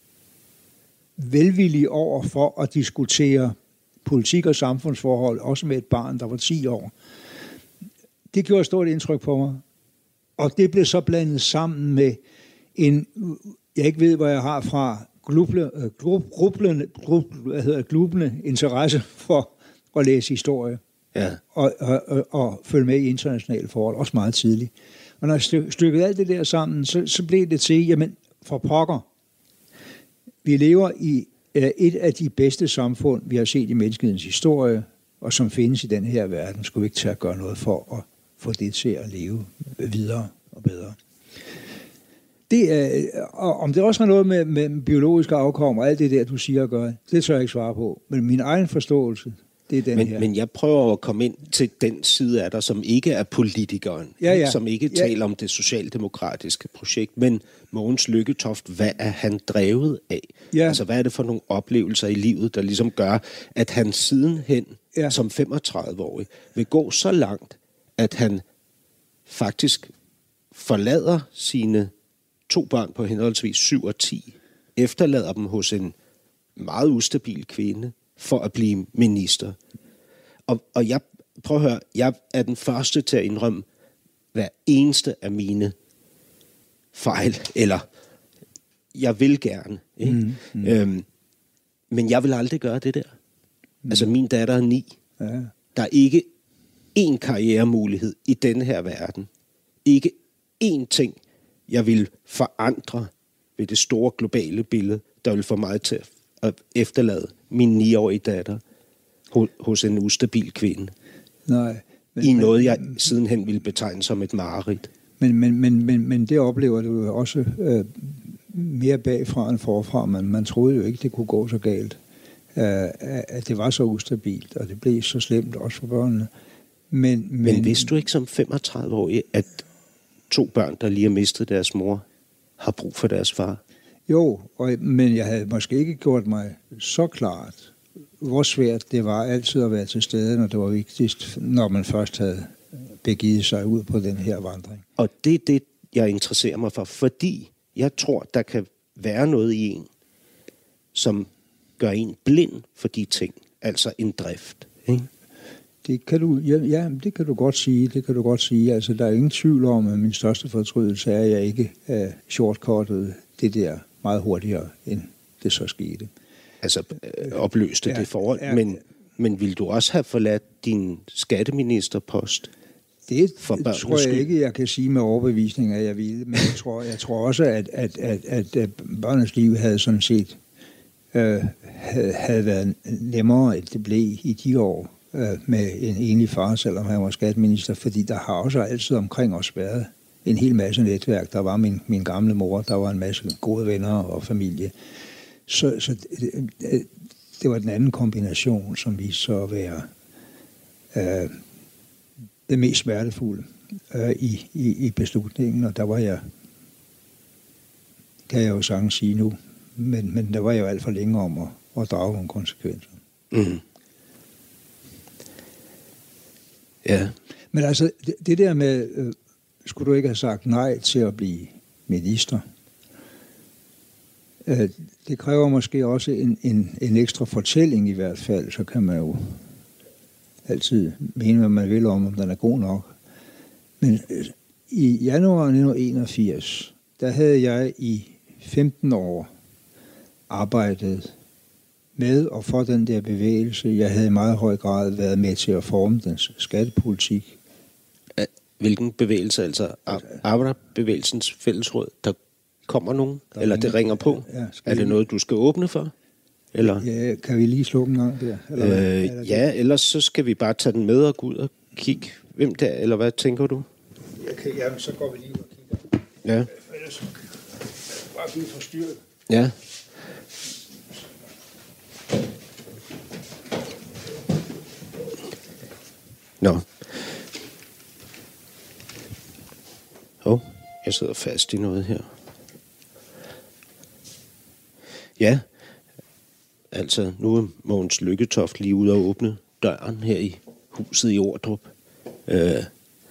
velvillige over for at diskutere politik og samfundsforhold, også med et barn, der var ti år. Det gjorde et stort indtryk på mig. Og det blev så blandet sammen med en, jeg ikke ved, hvor jeg har fra, Gluble, grublende, grublende, hvad hedder, grublende interesse for at læse historie ja. og, og, og, og følge med i internationale forhold, også meget tidligt. Og når jeg stykkede alt det der sammen, så, så blev det til, jamen for pokker, vi lever i et af de bedste samfund, vi har set i menneskehedens historie, og som findes i den her verden, skulle vi ikke til at gøre noget for at få det til at leve videre og bedre. Det er, og om det også har noget med, med biologiske afkom og alt det der, du siger at gøre, det tør jeg ikke svare på. Men min egen forståelse, det er den
men,
her.
Men jeg prøver at komme ind til den side af dig, som ikke er politikeren,
ja, ja.
som ikke
ja.
taler om det socialdemokratiske projekt, men Mogens Lykketoft, hvad er han drevet af? Ja. Altså, hvad er det for nogle oplevelser i livet, der ligesom gør, at han sidenhen ja. som femogtredive-årig vil gå så langt, at han faktisk forlader sine to børn på henholdsvis syv og ti, efterlader dem hos en meget ustabil kvinde for at blive minister. Og, og jeg, prøv at høre, jeg er den første til at indrømme hver eneste af mine fejl, eller jeg vil gerne. Ikke? Mm, mm. Øhm, men jeg vil aldrig gøre det der. Mm. Altså, min datter er ni. Ja. Der er ikke én karrieremulighed i denne her verden. Ikke én ting, jeg vil forandre ved det store globale billede, der vil få mig til at efterlade min niårige datter hos en ustabil kvinde.
Nej. Men,
I noget, jeg sidenhen ville betegne som et mareridt.
Men, men, men, men, men det oplever du jo også øh, mere bagfra end forfra. Man, man troede jo ikke, det kunne gå så galt. Øh, at det var så ustabilt, og det blev så slemt også for børnene. Men, men,
men vidste du ikke som femogtredive-årig, at to børn, der lige har mistet deres mor, har brug for deres far?
Jo, og, men jeg havde måske ikke gjort mig så klart, hvor svært det var altid at være til stede, når det var vigtigst, når man først havde begivet sig ud på den her vandring.
Og det er det, jeg interesserer mig for, fordi jeg tror, der kan være noget i en, som gør en blind for de ting, altså en drift, ikke?
Det kan du, ja, ja, det kan du godt sige, det kan du godt sige. Altså, der er ingen tvivl om, at min største fortrydelse er, at jeg ikke uh, shortcuttede det der meget hurtigere, end det så skete.
Altså, øh, opløste ja, det forhold, ja, men, men vil du også have forladt din skatteministerpost?
Det tror jeg ikke, jeg kan sige med overbevisning, at jeg ville, men jeg tror, jeg tror også, at, at, at, at, at børnenes liv havde sådan set øh, havde, havde været nemmere, end det blev i de år øh, med en enlig far, selvom han var skatteminister, fordi der har også altid omkring os været en hel masse netværk. Der var min, min gamle mor, der var en masse gode venner og familie. Så, så det, det var den anden kombination, som viste sig at være øh, det mest smertefulde øh, i, i, i beslutningen, og der var jeg, kan jeg jo sagtens sige nu, men, men der var jeg jo alt for længe om at, at drage nogle konsekvenser.
Mm. Ja.
Men altså, det, det der med, øh, skulle du ikke have sagt nej til at blive minister? Øh, det kræver måske også en, en, en ekstra fortælling i hvert fald, så kan man jo altid mene, hvad man vil om, om den er god nok. Men øh, i januar nitten enogfirs, der havde jeg i femten år arbejdet med og for den der bevægelse. Jeg havde i meget høj grad været med til at forme den skattepolitik.
Hvilken bevægelse? Altså Arbejderbevægelsens Fællesråd? Der kommer nogen? Der eller det ringer på? Ja, er det noget, du skal åbne for? Eller?
Ja, kan vi lige slukke en gang der? Eller
øh, eller ja, ellers så skal vi bare tage den med og gå ud og kigge, hvem der, eller hvad tænker du?
Okay, ja, så går vi lige og kigger.
Ja.
Ellers bare blive forstyrret.
Ja. Nå. Åh, oh, jeg sidder fast i noget her. Ja, altså nu er Mogens Lykketoft lige ude og åbne døren her i huset i Ordrup. Øh,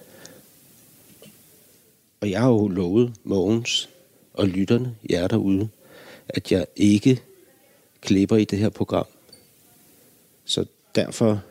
og jeg har jo lovet Mogens og lytterne, jer derude, at jeg ikke klipper i det her program. Så derfor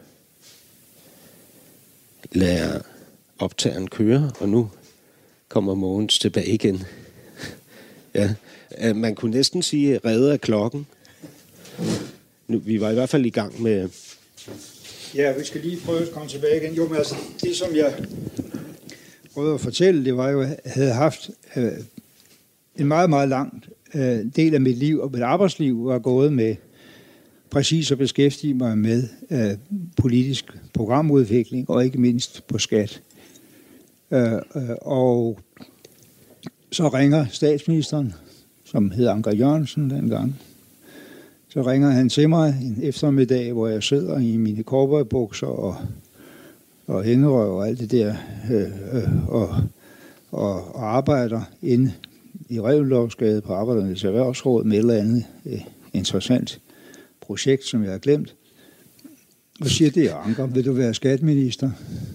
lader jeg optageren køre, og nu kommer Mogens tilbage igen. Ja, man kunne næsten sige reddet af klokken. Nu, vi var i hvert fald i gang med...
Ja, vi skal lige prøve at komme tilbage igen. Jo, men altså, det som jeg prøvede at fortælle, det var jo, at jeg havde haft øh, en meget, meget lang øh, del af mit liv, og mit arbejdsliv var gået med præcis at beskæftige mig med øh, politisk programudvikling, og ikke mindst på skat. Øh, øh, og så ringer statsministeren, som hed Anker Jørgensen dengang. Så ringer han til mig en eftermiddag, hvor jeg sidder i mine cowboybukser og, og hængerøv og alt det der, øh, øh, og, og, og arbejder inde i Revendlovsgade på Arbejdernes Erhvervsråd med et eller andet øh, interessant projekt, som jeg har glemt. Og siger, det er Anker, vil du være skatteminister?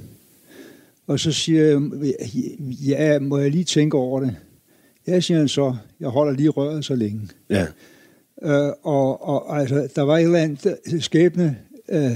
Og så siger jeg, ja, må jeg lige tænke over det? Ja, siger han så, jeg holder lige røret så længe.
Ja.
Øh, og, og altså, der var et eller andet skæbne øh,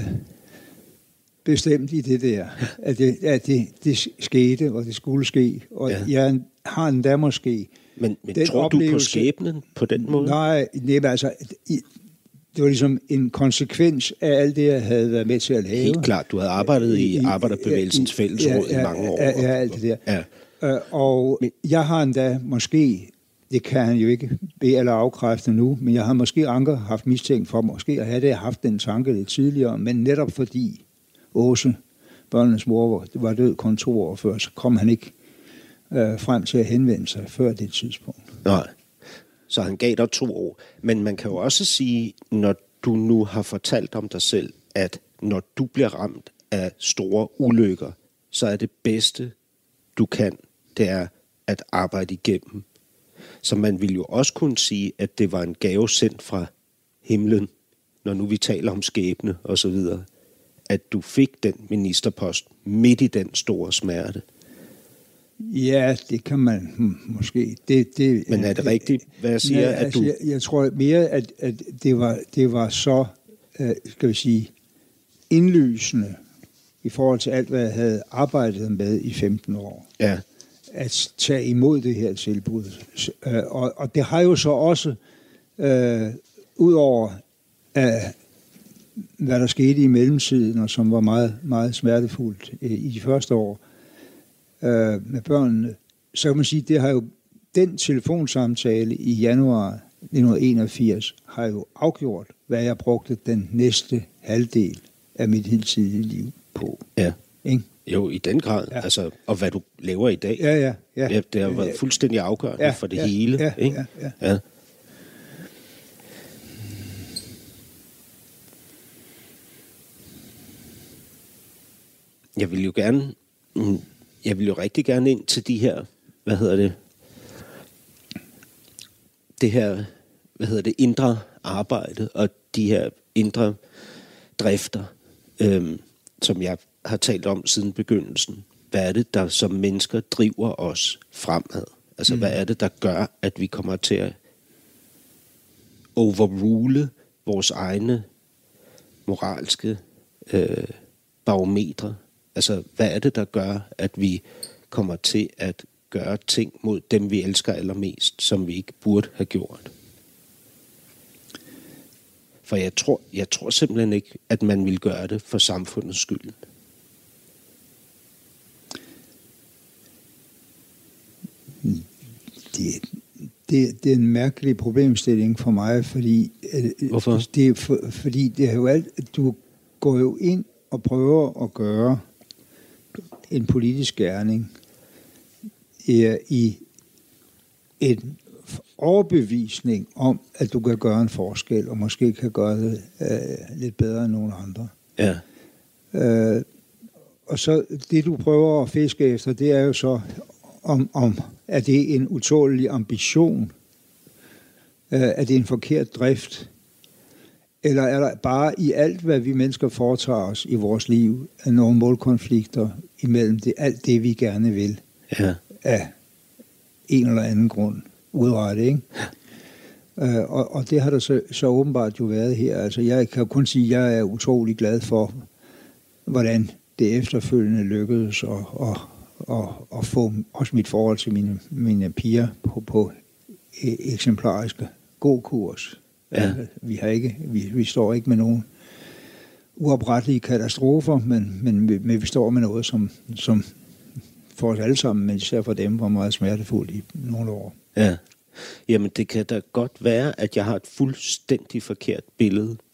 bestemt i det der, at det, at det, det skete, og det skulle ske. Og ja. Jeg har endda måske...
Men, men tror du på skæbnen på den måde?
Nej, nej, altså... Det var ligesom en konsekvens af alt det, jeg havde været med til at lave.
Helt klart. Du havde arbejdet i, i Arbejderbevægelsens Fællesråd ja, ja, i mange år.
Ja, ja, alt det der. Ja. Øh, og men, jeg har endda måske, det kan han jo ikke bede eller afkræfte nu, men jeg har måske Anker haft mistænkt for, måske at have det haft den tanke lidt tidligere, men netop fordi Åse, børnenes mor, var død kun to år før, så kom han ikke øh, frem til at henvende sig før det tidspunkt.
Nej. Så han gav dig to år. Men man kan jo også sige, når du nu har fortalt om dig selv, at når du bliver ramt af store ulykker, så er det bedste, du kan, det er at arbejde igennem. Så man vil jo også kunne sige, at det var en gave sendt fra himlen, når nu vi taler om skæbne og så videre, at du fik den ministerpost midt i den store smerte.
Ja, det kan man måske. Det, det,
Men er det rigtigt, hvad jeg siger?
Ja,
at
altså,
du...
jeg, jeg tror mere, at, at det, var, det var så, øh, skal vi sige, indlysende i forhold til alt, hvad jeg havde arbejdet med i femten år.
Ja.
At tage imod det her tilbud. Øh, og, og det har jo så også, øh, ud over øh, hvad der skete i mellemtiden, og som var meget, meget smertefuldt øh, i de første år, med børnene, så kan man sige, det har jo den telefonsamtale i januar nitten enogfirs har jo afgjort, hvad jeg brugte den næste halvdel af mit hidtidige liv på.
Ja.
Ikke?
Jo, i den grad. Ja. Altså, og hvad du laver i dag.
Ja, ja. ja.
ja det har været fuldstændig afgørende ja, for det
ja,
hele.
Ja,
ikke?
Ja, ja.
ja. Jeg vil jo gerne... Mm, Jeg vil jo rigtig gerne ind til de her, hvad hedder det, det her, hvad hedder det, indre arbejde og de her indre drifter, øhm, som jeg har talt om siden begyndelsen. Hvad er det, der som mennesker driver os fremad? Altså, mm. hvad er det, der gør, at vi kommer til at overrule vores egne moralske øh, barometre? Altså, hvad er det, der gør, at vi kommer til at gøre ting mod dem, vi elsker allermest, som vi ikke burde have gjort? For jeg tror, jeg tror simpelthen ikke, at man vil gøre det for samfundets skyld.
Det, det, det er en mærkelig problemstilling for mig, fordi...
Hvorfor?
Det, for, fordi det er jo alt, du går jo ind og prøver at gøre en politisk gerning i, i en overbevisning om, at du kan gøre en forskel, og måske kan gøre det øh, lidt bedre end nogen andre.
Ja.
Øh, og så det, du prøver at fiske efter, det er jo så, om, om er det en utålelig ambition? Øh, er det en forkert drift? Eller er der bare i alt, hvad vi mennesker foretager os i vores liv, er nogle målkonflikter imellem det, alt det, vi gerne vil,
ja.
af en eller anden grund udrettet, ikke? Ja. Uh, og, og det har der så, så åbenbart jo været her. Altså, jeg kan kun sige, at jeg er utrolig glad for, hvordan det efterfølgende lykkedes at, at, at, at få også mit forhold til mine, mine piger på, på eksemplariske god kurs.
Ja.
Vi, har ikke, vi, vi står ikke med nogen uoprettelige katastrofer, men, men, men vi står med noget, som, som for os alle sammen, men især for dem, var meget smertefuldt i nogle år.
Ja. Jamen, det kan da godt være, at jeg har et fuldstændig forkert billede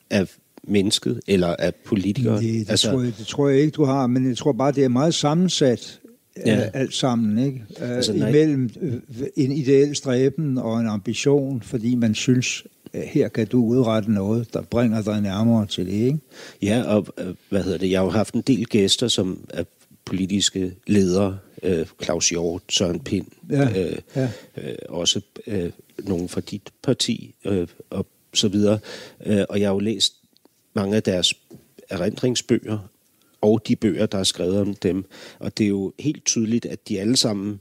af mennesket eller af politikere?
Det, det,
altså,
tror jeg, det tror jeg ikke, du har, men jeg tror bare, det er meget sammensat ja. alt sammen, ikke? Altså, uh, imellem uh, en ideel stræben og en ambition, fordi man synes, uh, her kan du udrette noget, der bringer dig nærmere til det, ikke?
Ja, og uh, hvad hedder det? Jeg har jo haft en del gæster, som er politiske ledere, uh, Claus Hjort, Søren Pind, ja. Uh, ja. Uh, også uh, nogen fra dit parti uh, og så videre. Uh, og jeg har jo læst mange af deres erindringsbøger, og de bøger, der er skrevet om dem. Og det er jo helt tydeligt, at de alle sammen,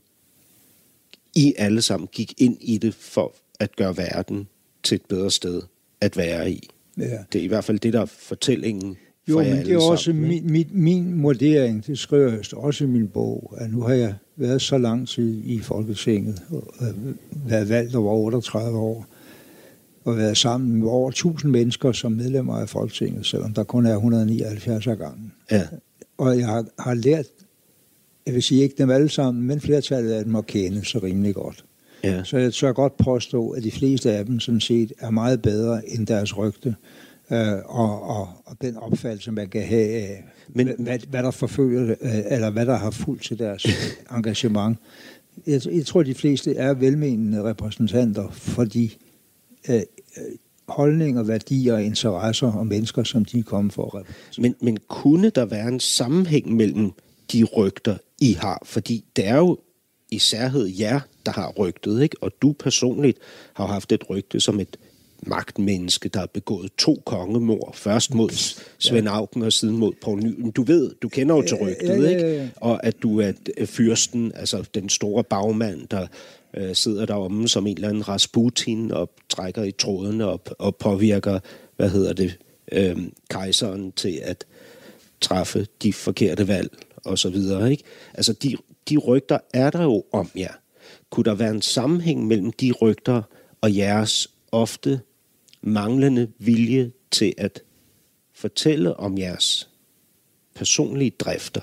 I alle sammen, gik ind i det for at gøre verden til et bedre sted at være i. Ja. Det er i hvert fald det, der er fortællingen
jo,
for jer alle
men det er også
sammen,
min, min, min vurdering, det skriver jeg også i min bog, at nu har jeg været så lang tid i Folketinget, og været valgt over otteogtredive år, og været sammen med over tusind mennesker som medlemmer af Folketinget, selvom der kun er et hundrede og nioghalvfjerds af gangen.
Ja.
Og jeg har, har lært, jeg vil sige ikke dem alle sammen, men flertallet af dem at kende så rimelig godt.
Ja.
Så jeg tør godt påstå, at de fleste af dem sådan set er meget bedre end deres rygte, øh, og, og, og den opfattelse, man kan have af, men, hvad, hvad der forfølger, øh, eller hvad der har fulgt til deres engagement. Jeg, jeg tror, de fleste er velmenende repræsentanter for de øh, holdninger, værdier, interesser og mennesker, som de er kommet for at repræsentere.
Men, men kunne der være en sammenhæng mellem de rygter, I har? Fordi det er jo i særhed jer, der har rygtet, ikke? Og du personligt har haft et rygte som et magtmenneske, der har begået to kongemord. Først mod Svend Auken og siden mod Poul Nyrup. Du ved, du kender jo til rygtet, ja, ja, ja, ja. Ikke? Og at du er fyrsten, altså den store bagmand, der øh, sidder deromme som en eller anden Rasputin og trækker i trådene og, og påvirker, hvad hedder det, øh, kejseren til at træffe de forkerte valg og så videre, ikke? Altså de, de rygter er der jo om jer. Kunne der være en sammenhæng mellem de rygter og jeres ofte manglende vilje til at fortælle om jeres personlige drifter?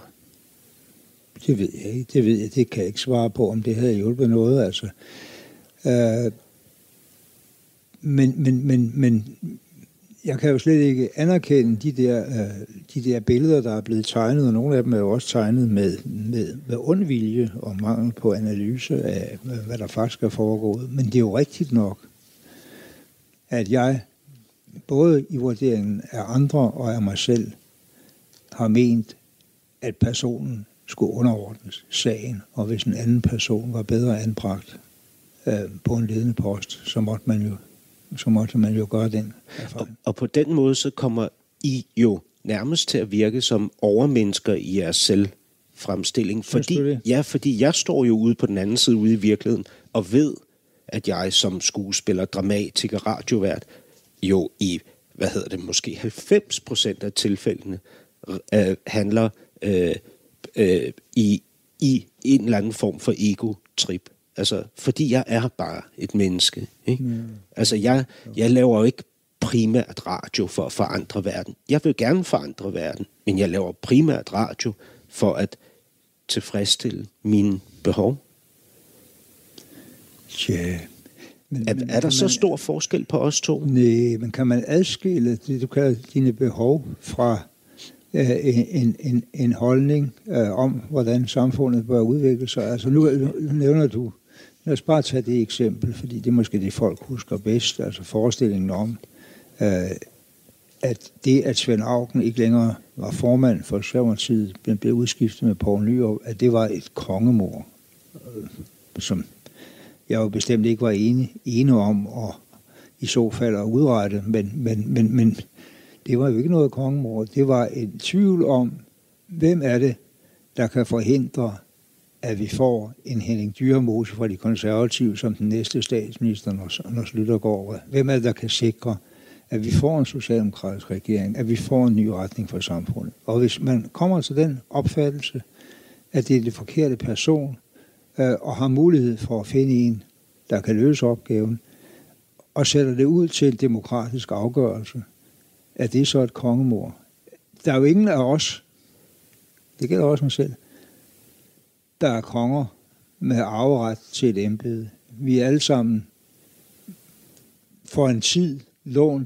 Det ved jeg ikke. Det ved jeg. Det kan jeg ikke svare på, om det havde hjulpet noget. Altså. Øh, men, men, men, men jeg kan jo slet ikke anerkende de der, øh, de der billeder, der er blevet tegnet, og nogle af dem er jo også tegnet med, med, med ond vilje og mangel på analyse af, hvad der faktisk er foregået. Men det er jo rigtigt nok, at jeg både i vurderingen af andre og af mig selv har ment, at personen skulle underordnes sagen, og hvis en anden person var bedre anbragt øh, på en ledende post, så måtte man jo, så måtte man jo gøre den erfaring.
Og, og på den måde så kommer I jo nærmest til at virke som overmennesker i jeres selvfremstilling. Fordi, ja, fordi jeg står jo ude på den anden side ude i virkeligheden og ved, at jeg som skuespiller, dramatiker, radiovært, jo i, hvad hedder det, måske halvfems procent af tilfældene øh, handler øh, øh, i, i en eller anden form for ego-trip. Altså, fordi jeg er bare et menneske. Ikke? Mm. Altså, jeg, jeg laver jo ikke primært radio for at forandre verden. Jeg vil gerne forandre verden, men jeg laver primært radio for at tilfredsstille mine behov.
Ja.
Men, er, er der man, så stor forskel på os to?
Nej, men kan man adskille det, du kalder dine behov fra øh, en, en, en holdning øh, om, hvordan samfundet bør udvikle sig? Altså nu, nu nævner du, lad os bare tage det eksempel, fordi det er måske det, folk husker bedst, altså forestillingen om, øh, at det, at Svend Auken ikke længere var formand for Socialdemokratiet, men blev udskiftet med Poul Nyrup, at det var et kongemord, øh, som jeg jo bestemt ikke var enig, enig om, og i så fald at udrette, men, men, men, men det var jo ikke noget kongemord. Det var en tvivl om, hvem er det, der kan forhindre, at vi får en Henning Dyremose fra de konservative som den næste statsminister, når, når Schlüter går over. Hvem er det, der kan sikre, at vi får en socialdemokratisk regering, at vi får en ny retning for samfundet. Og hvis man kommer til den opfattelse, at det er det forkerte person, og har mulighed for at finde en, der kan løse opgaven, og sætter det ud til en demokratisk afgørelse, at det er så et kongemord. Der er jo ingen af os, det gælder også mig selv, der er konger med arveret til et embede. Vi er alle sammen for en tid lånt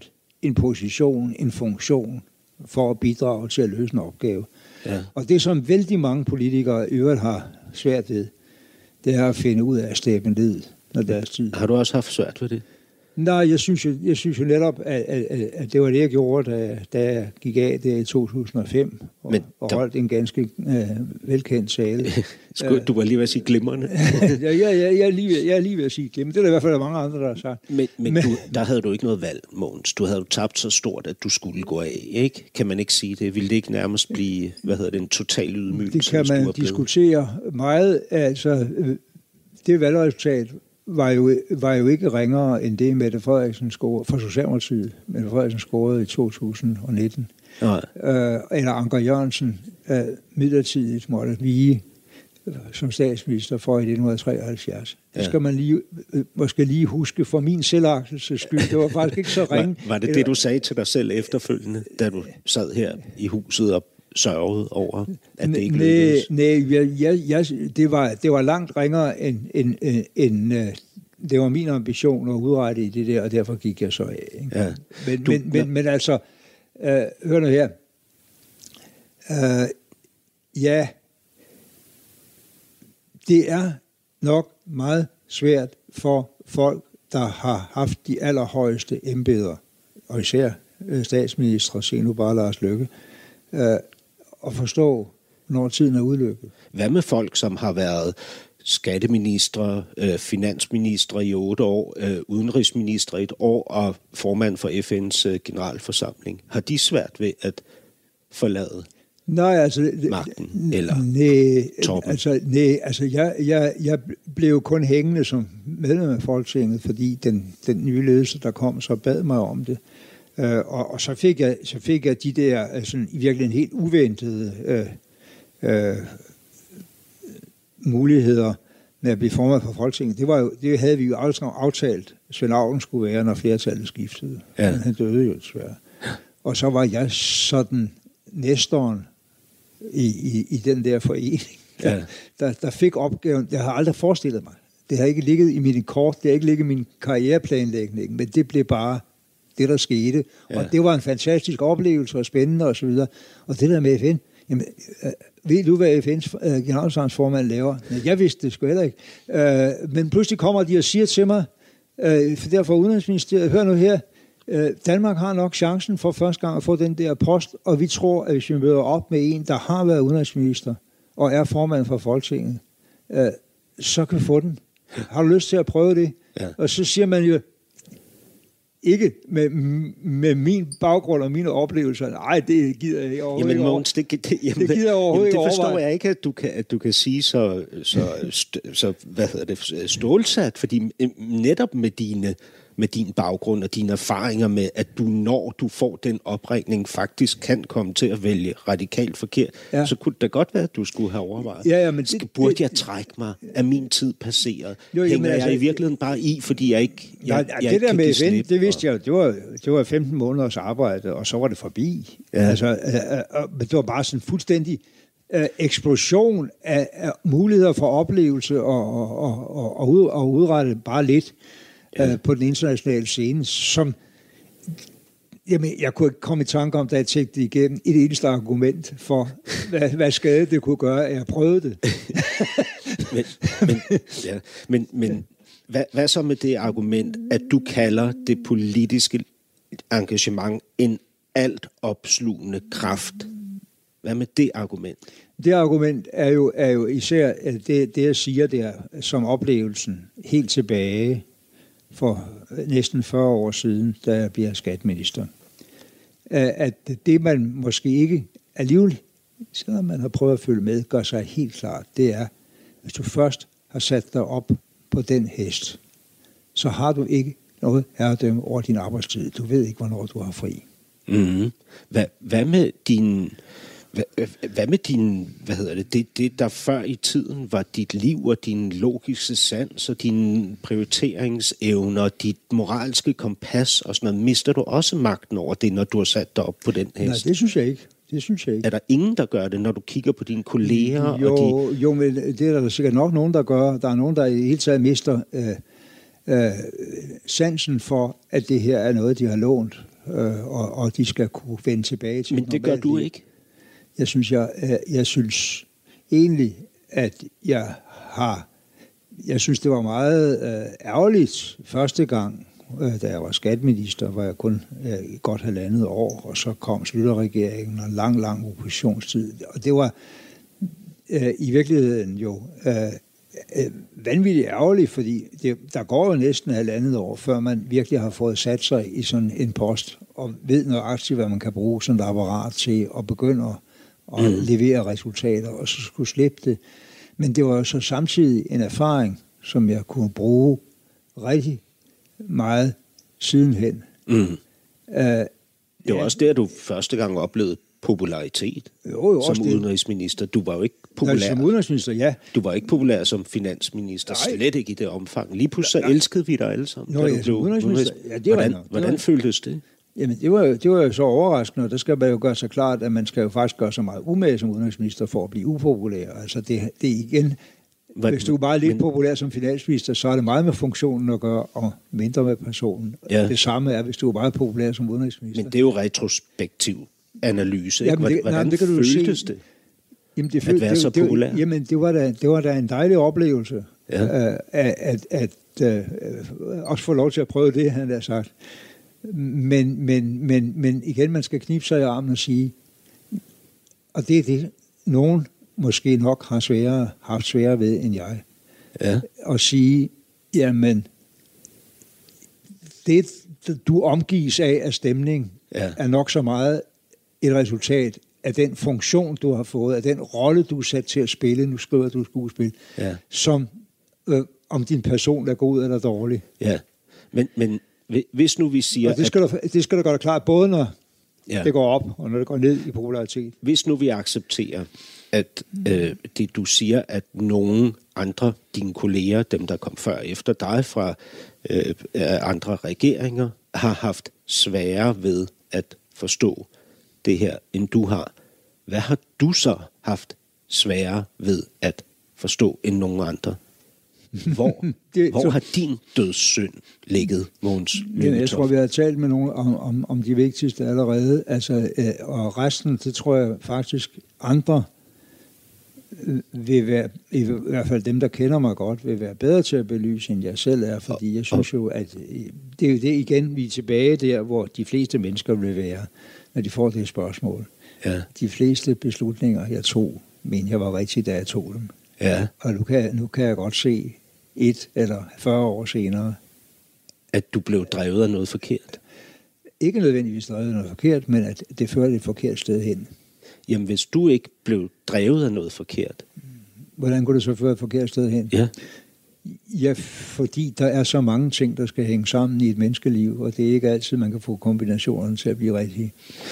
en position, en funktion for at bidrage til at løse en opgave.
Ja.
Og det, som vældig mange politikere i øvrigt har svært ved, det er at finde ud af at stæbe ned, når deres tid.
Har du også haft svært ved det?
Nej, jeg synes jo, jeg synes jo netop, at, at, at det var det, jeg gjorde, da, da jeg gik af der i to tusind og fem, og, Men der... og holdt en ganske øh, velkendt tale.
Du var lige ved at sige glimrende.
ja, ja, ja, jeg, er lige, jeg er lige ved at sige glimrende. Det er der i hvert fald mange andre, der har sagt.
Men, men, men... Du, der havde du ikke noget valg, Mogens. Du havde jo tabt så stort, at du skulle gå af, ikke? Kan man ikke sige det? Ville det ikke nærmest blive, hvad hedder det, en total ydmygelse?
Det kan man diskutere meget. Altså, det valgresultat var jo, var jo ikke ringere end det, Mette Frederiksen scorede for Socialdemokratiet. Mette Frederiksen scorede i to tusind og nitten.
Nej.
Øh, eller Anker Jørgensen øh, midlertidigt måtte vige øh, som statsminister for i nitten treoghalvfjerds. Ja. Det skal man lige, øh, måske lige huske for min selvagtelses skyld. Det var faktisk ikke så ringe.
Var, var det det, du sagde til dig selv efterfølgende, da du sad her i huset og sørgede over, at det ikke lykkedes?
Nej, jeg, jeg, jeg, det, var, det var langt ringere end, end, end, end det var min ambition at udrette i det der, og derfor gik jeg så af. Ikke? Ja. Men, du, men, men, men altså, øh, hør nu her. Øh, ja, det er nok meget svært for folk, der har haft de allerhøjeste embeder, og især statsminister, se nu bare Lars Løkke, øh, at forstå, når tiden er udløbet.
Hvad med folk, som har været skatteministre, øh, finansministre i otte år, øh, udenrigsministre i et år og formand for F N's øh, generalforsamling? Har de svært ved at forlade
nej, altså,
magten eller
nej,
toppen?
Altså, nej, altså jeg, jeg, jeg blev kun hængende som medlem af Folketinget, fordi den, den nye ledelse, der kom, så bad mig om det. Uh, og, og så fik jeg så fik jeg de der altså, i virkeligheden helt uventede uh, uh, muligheder med at blive formand for Folketinget. Det var jo, det havde vi jo aldrig aftalt, Svend Auken skulle være, når flertallet skiftede. Ja. Men han døde jo desværre. Og så var jeg sådan næstoren i, i, i den der forening, der, ja. der, der fik opgaven. Jeg har aldrig forestillet mig. Det har ikke ligget i mit kort, det har ikke ligget i min karriereplanlægning, men det blev bare det, der skete. Ja. Og det var en fantastisk oplevelse og spændende og så videre. Og det der med F N, jamen, øh, ved du, hvad F N's øh, generalforsamlingsformand laver? Men jeg vidste det sgu heller ikke. Øh, men pludselig kommer de og siger til mig, øh, for derfor Udenrigsministeriet, hør nu her, øh, Danmark har nok chancen for første gang at få den der post, og vi tror, at hvis vi møder op med en, der har været udenrigsminister og er formand for Folketinget, øh, så kan vi få den. Har du lyst til at prøve det? Ja. Og så siger man jo, ikke med, med min baggrund og mine oplevelser. Nej, det gider jeg ikke overhovedet.
Jamen, Mogens, det, det, jamen,
det gider jeg overhovedet
jamen, det forstår
overveje.
jeg ikke, at du kan, at du kan sige så, så, så hvad hedder det, stålsat, fordi netop med dine med din baggrund og dine erfaringer med, at du, når du får den opringning, faktisk kan komme til at vælge radikalt forkert, ja. Så kunne det da godt være, at du skulle have overvejet.
Ja, ja, men det,
burde jeg trække mig? Er min tid passeret?
Jo, jo,
Hænger
altså,
jeg i virkeligheden bare i, fordi jeg ikke jeg,
nej,
jeg
det der med F N, det vidste
og...
jeg, det var, det var femten måneders arbejde, og så var det forbi. Ja. Altså, øh, øh, men det var bare sådan fuldstændig øh, eksplosion af, af muligheder for oplevelse og, og, og, og, og, ud, og udrette bare lidt. Ja. På den internationale scene, som jamen, jeg kunne ikke komme i tanke om, da jeg tænkte det igennem, et eneste argument for, hvad, hvad skade det kunne gøre, at jeg prøvede det.
men men, ja, men, men hvad, hvad så med det argument, at du kalder det politiske engagement en alt opslugende kraft? Hvad med det argument?
Det argument er jo, er jo især det, det, jeg siger der, som oplevelsen helt tilbage for næsten fyrre år siden, da jeg bliver skatteminister. At det, man måske ikke alligevel, selvom man har prøvet at følge med, gør sig helt klart, det er, hvis du først har sat dig op på den hest, så har du ikke noget herredømme over din arbejdstid. Du ved ikke, hvornår du har fri.
Mm-hmm. Hvad, hvad med din... Hvad, hvad med din, hvad hedder det, det, det der før i tiden var dit liv og din logiske sans og dine prioriteringsevner og dit moralske kompas og sådan noget, mister du også magten over det, når du har sat dig op på den hest?
Nej, det synes jeg ikke. Det synes jeg ikke.
Er der ingen, der gør det, når du kigger på dine kolleger?
Jo,
og de...
jo, men det er der sikkert nok nogen, der gør. Der er nogen, der i det hele taget mister øh, øh, sansen for, at det her er noget, de har lånt øh, og, og de skal kunne vende tilbage til.
Men det gør du ikke?
Jeg synes, jeg, jeg, jeg synes egentlig, at jeg har... Jeg synes, det var meget øh, ærgerligt første gang, øh, da jeg var skatteminister, var jeg kun øh, godt halvandet år, og så kom Schlüter-regeringen og en lang, lang oppositionstid. Og det var øh, i virkeligheden jo øh, øh, vanvittigt ærgerligt, fordi det, der går jo næsten halvandet år, før man virkelig har fået sat sig i sådan en post, og ved nøjagtigt, hvad man kan bruge sådan et apparat til, og begynder at mm. levere resultater, og så skulle slippe det. Men det var så samtidig en erfaring, som jeg kunne bruge rigtig meget sidenhen.
Mm. Uh, det var ja. også der, du første gang oplevede popularitet
jo, jo,
som udenrigsminister. Du var jo ikke populær.
Nej, som udenrigsminister, ja.
Du var ikke populær som finansminister,
Nej.
slet ikke i det omfang. Lige pludselig så elskede vi dig alle sammen.
Nå, ja, som udenrigsminister. Ja, det var
hvordan
det
hvordan
var...
føltes det?
Jamen, det var, jo, det var jo så overraskende, og der skal man jo gøre sig klart, at man skal jo faktisk gøre så meget umage som udenrigsminister for at blive upopulær. Altså, det, det er igen... Hvad, hvis du er meget lidt men, populær som finansminister, så er det meget med funktionen at gøre, og mindre med personen. Ja. Det samme er, hvis du er meget populær som udenrigsminister.
Men det er jo retrospektiv analyse.
Jamen, det,
hvordan
nej, det kan du
føltes
se.
det,
jamen, det
føl, at være
det,
så
det,
populær?
Det, jamen, det var, da, det var da en dejlig oplevelse, ja. at, at, at, at uh, også få lov til at prøve det, han har sagt. Men, men, men, men igen, man skal knibe sig i armen og sige, og det er det, nogen måske nok har sværere, haft sværere ved end jeg. Ja. Og sige, jamen, det du omgives af af stemning, ja. er nok så meget et resultat af den funktion, du har fået, af den rolle, du er sat til at spille, nu skriver du skuespil, ja. som øh, om din person er god eller dårlig.
Ja, men, men hvis nu vi siger...
Og det skal,
at...
du, det skal du gøre klart, både når
ja.
det går op, og når det går ned i popularitet.
Hvis nu vi accepterer, at øh, det du siger, at nogle andre, dine kolleger, dem der kom før efter dig fra øh, andre regeringer, har haft sværere ved at forstå det her, end du har. Hvad har du så haft sværere ved at forstå end nogen andre? Hvor, det, hvor så, har din dødssynd ligget, Mogens Lykketoft?
Jeg tror, vi har talt med nogen om, om, om de vigtigste allerede, altså, øh, og resten, det tror jeg faktisk andre vil være, i hvert fald dem, der kender mig godt, vil være bedre til at belyse, end jeg selv er, fordi jeg synes jo, at det er jo det igen, vi er tilbage der, hvor de fleste mennesker vil være, når de får det spørgsmål. Ja. De fleste beslutninger, jeg tog, men jeg var rigtig, da jeg tog dem. Ja. Og nu kan, nu kan jeg godt se et eller fyrre år senere,
at du blev drevet af noget forkert?
Ikke nødvendigvis drevet af noget forkert, men at det førte et forkert sted hen.
Jamen, hvis du ikke blev drevet af noget forkert...
Hvordan kunne det så føre et forkert sted hen?
Ja.
Ja, fordi der er så mange ting, der skal hænge sammen i et menneskeliv, og det er ikke altid, man kan få kombinationerne til at blive rigtige.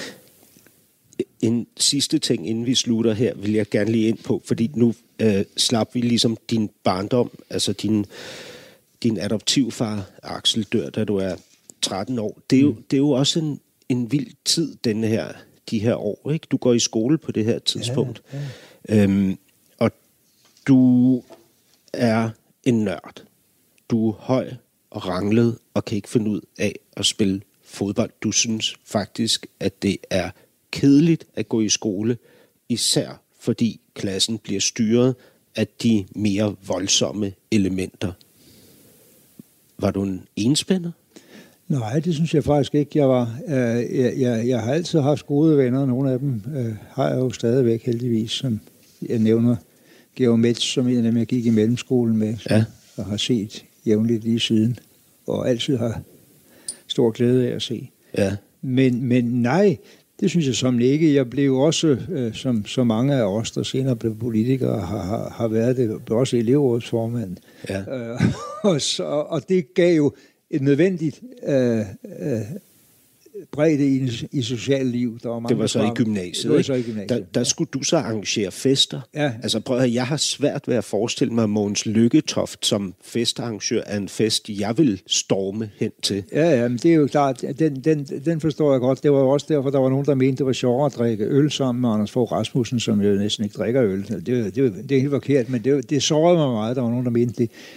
En sidste ting, inden vi slutter her, vil jeg gerne lige ind på, fordi nu øh, slap vi ligesom din barndom, altså din, din adoptivfar, Axel, dør, da du er tretten år. Det er jo, det er jo også en, en vild tid, denne her, de her år, ikke? Du går i skole på det her tidspunkt. Ja, ja. Øhm, og du er en nørd. Du er høj og ranglet og kan ikke finde ud af at spille fodbold. Du synes faktisk, at det er kedeligt at gå i skole, især fordi klassen bliver styret af de mere voldsomme elementer. Var du en enspænder?
Nej, det synes jeg faktisk ikke, jeg var. Jeg, jeg, jeg har altid haft gode venner, nogle af dem øh, har jeg jo stadigvæk heldigvis, som jeg nævner Georg Metz, som en af dem, jeg gik i mellemskolen med, ja. Og har set jævnligt lige siden, og altid har stor glæde af at se. Ja. Men, men nej, det synes jeg som ikke. Jeg blev også, øh, som så mange af os, der senere blev politikere, har, har, har været det, blev også elevrådsformand. Ja. Øh, og, så, og det gav jo et nødvendigt øh, øh, bredde i, i socialt liv. Der var mange
det var så
fra,
i gymnasiet,
det var så i gymnasiet.
Der, der skulle du så arrangere fester.
Ja.
Altså prøv at høre, jeg har svært ved at forestille mig Mogens Lykketoft som festarrangør af en fest, jeg vil storme hen til.
Ja, ja, men det er jo klart, den, den, den forstår jeg godt. Det var jo også derfor, der var nogen, der mente, det var sjovere at drikke øl sammen med Anders Fogh Rasmussen, som jo næsten ikke drikker øl. Det, det, det, det er helt forkert, men det, det sårede mig meget, der var nogen, der mente det.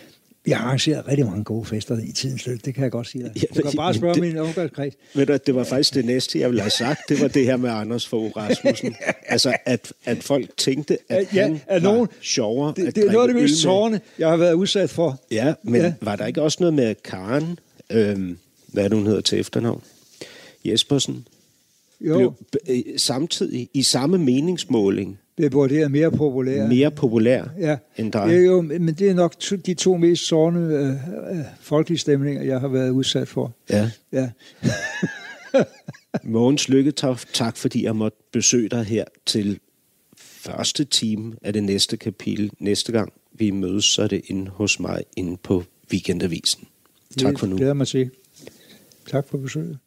Jeg har arrangeret rigtig mange gode fester i tidens løb, det kan jeg godt sige dig. Du kan bare spørge min omgangskreds.
Ved du, det var faktisk det næste, jeg ville have sagt, det var det her med Anders Fogh Rasmussen. Altså, at, at folk tænkte, at ja, han at nogen, var sjovere
det,
at
det er noget af det mest sårende, jeg har været udsat for.
Ja, men ja. Var der ikke også noget med Karen, øhm, hvad er det, hun hedder til efternavn? Jespersen?
Jo.
Blev, samtidig, i samme meningsmåling,
det er det er mere populær.
Mere populær
ja.
end dig.
Det er jo, men det er nok to, de to mest sårende øh, øh, folkelige stemninger, jeg har været udsat for.
Ja.
ja.
Mogens Lykketoft, tak fordi jeg måtte besøge dig her til første time af det næste kapitel. Næste gang vi mødes, så er det inde hos mig inde på Weekendavisen. Tak for nu.
Det glæder mig til. Tak for besøget.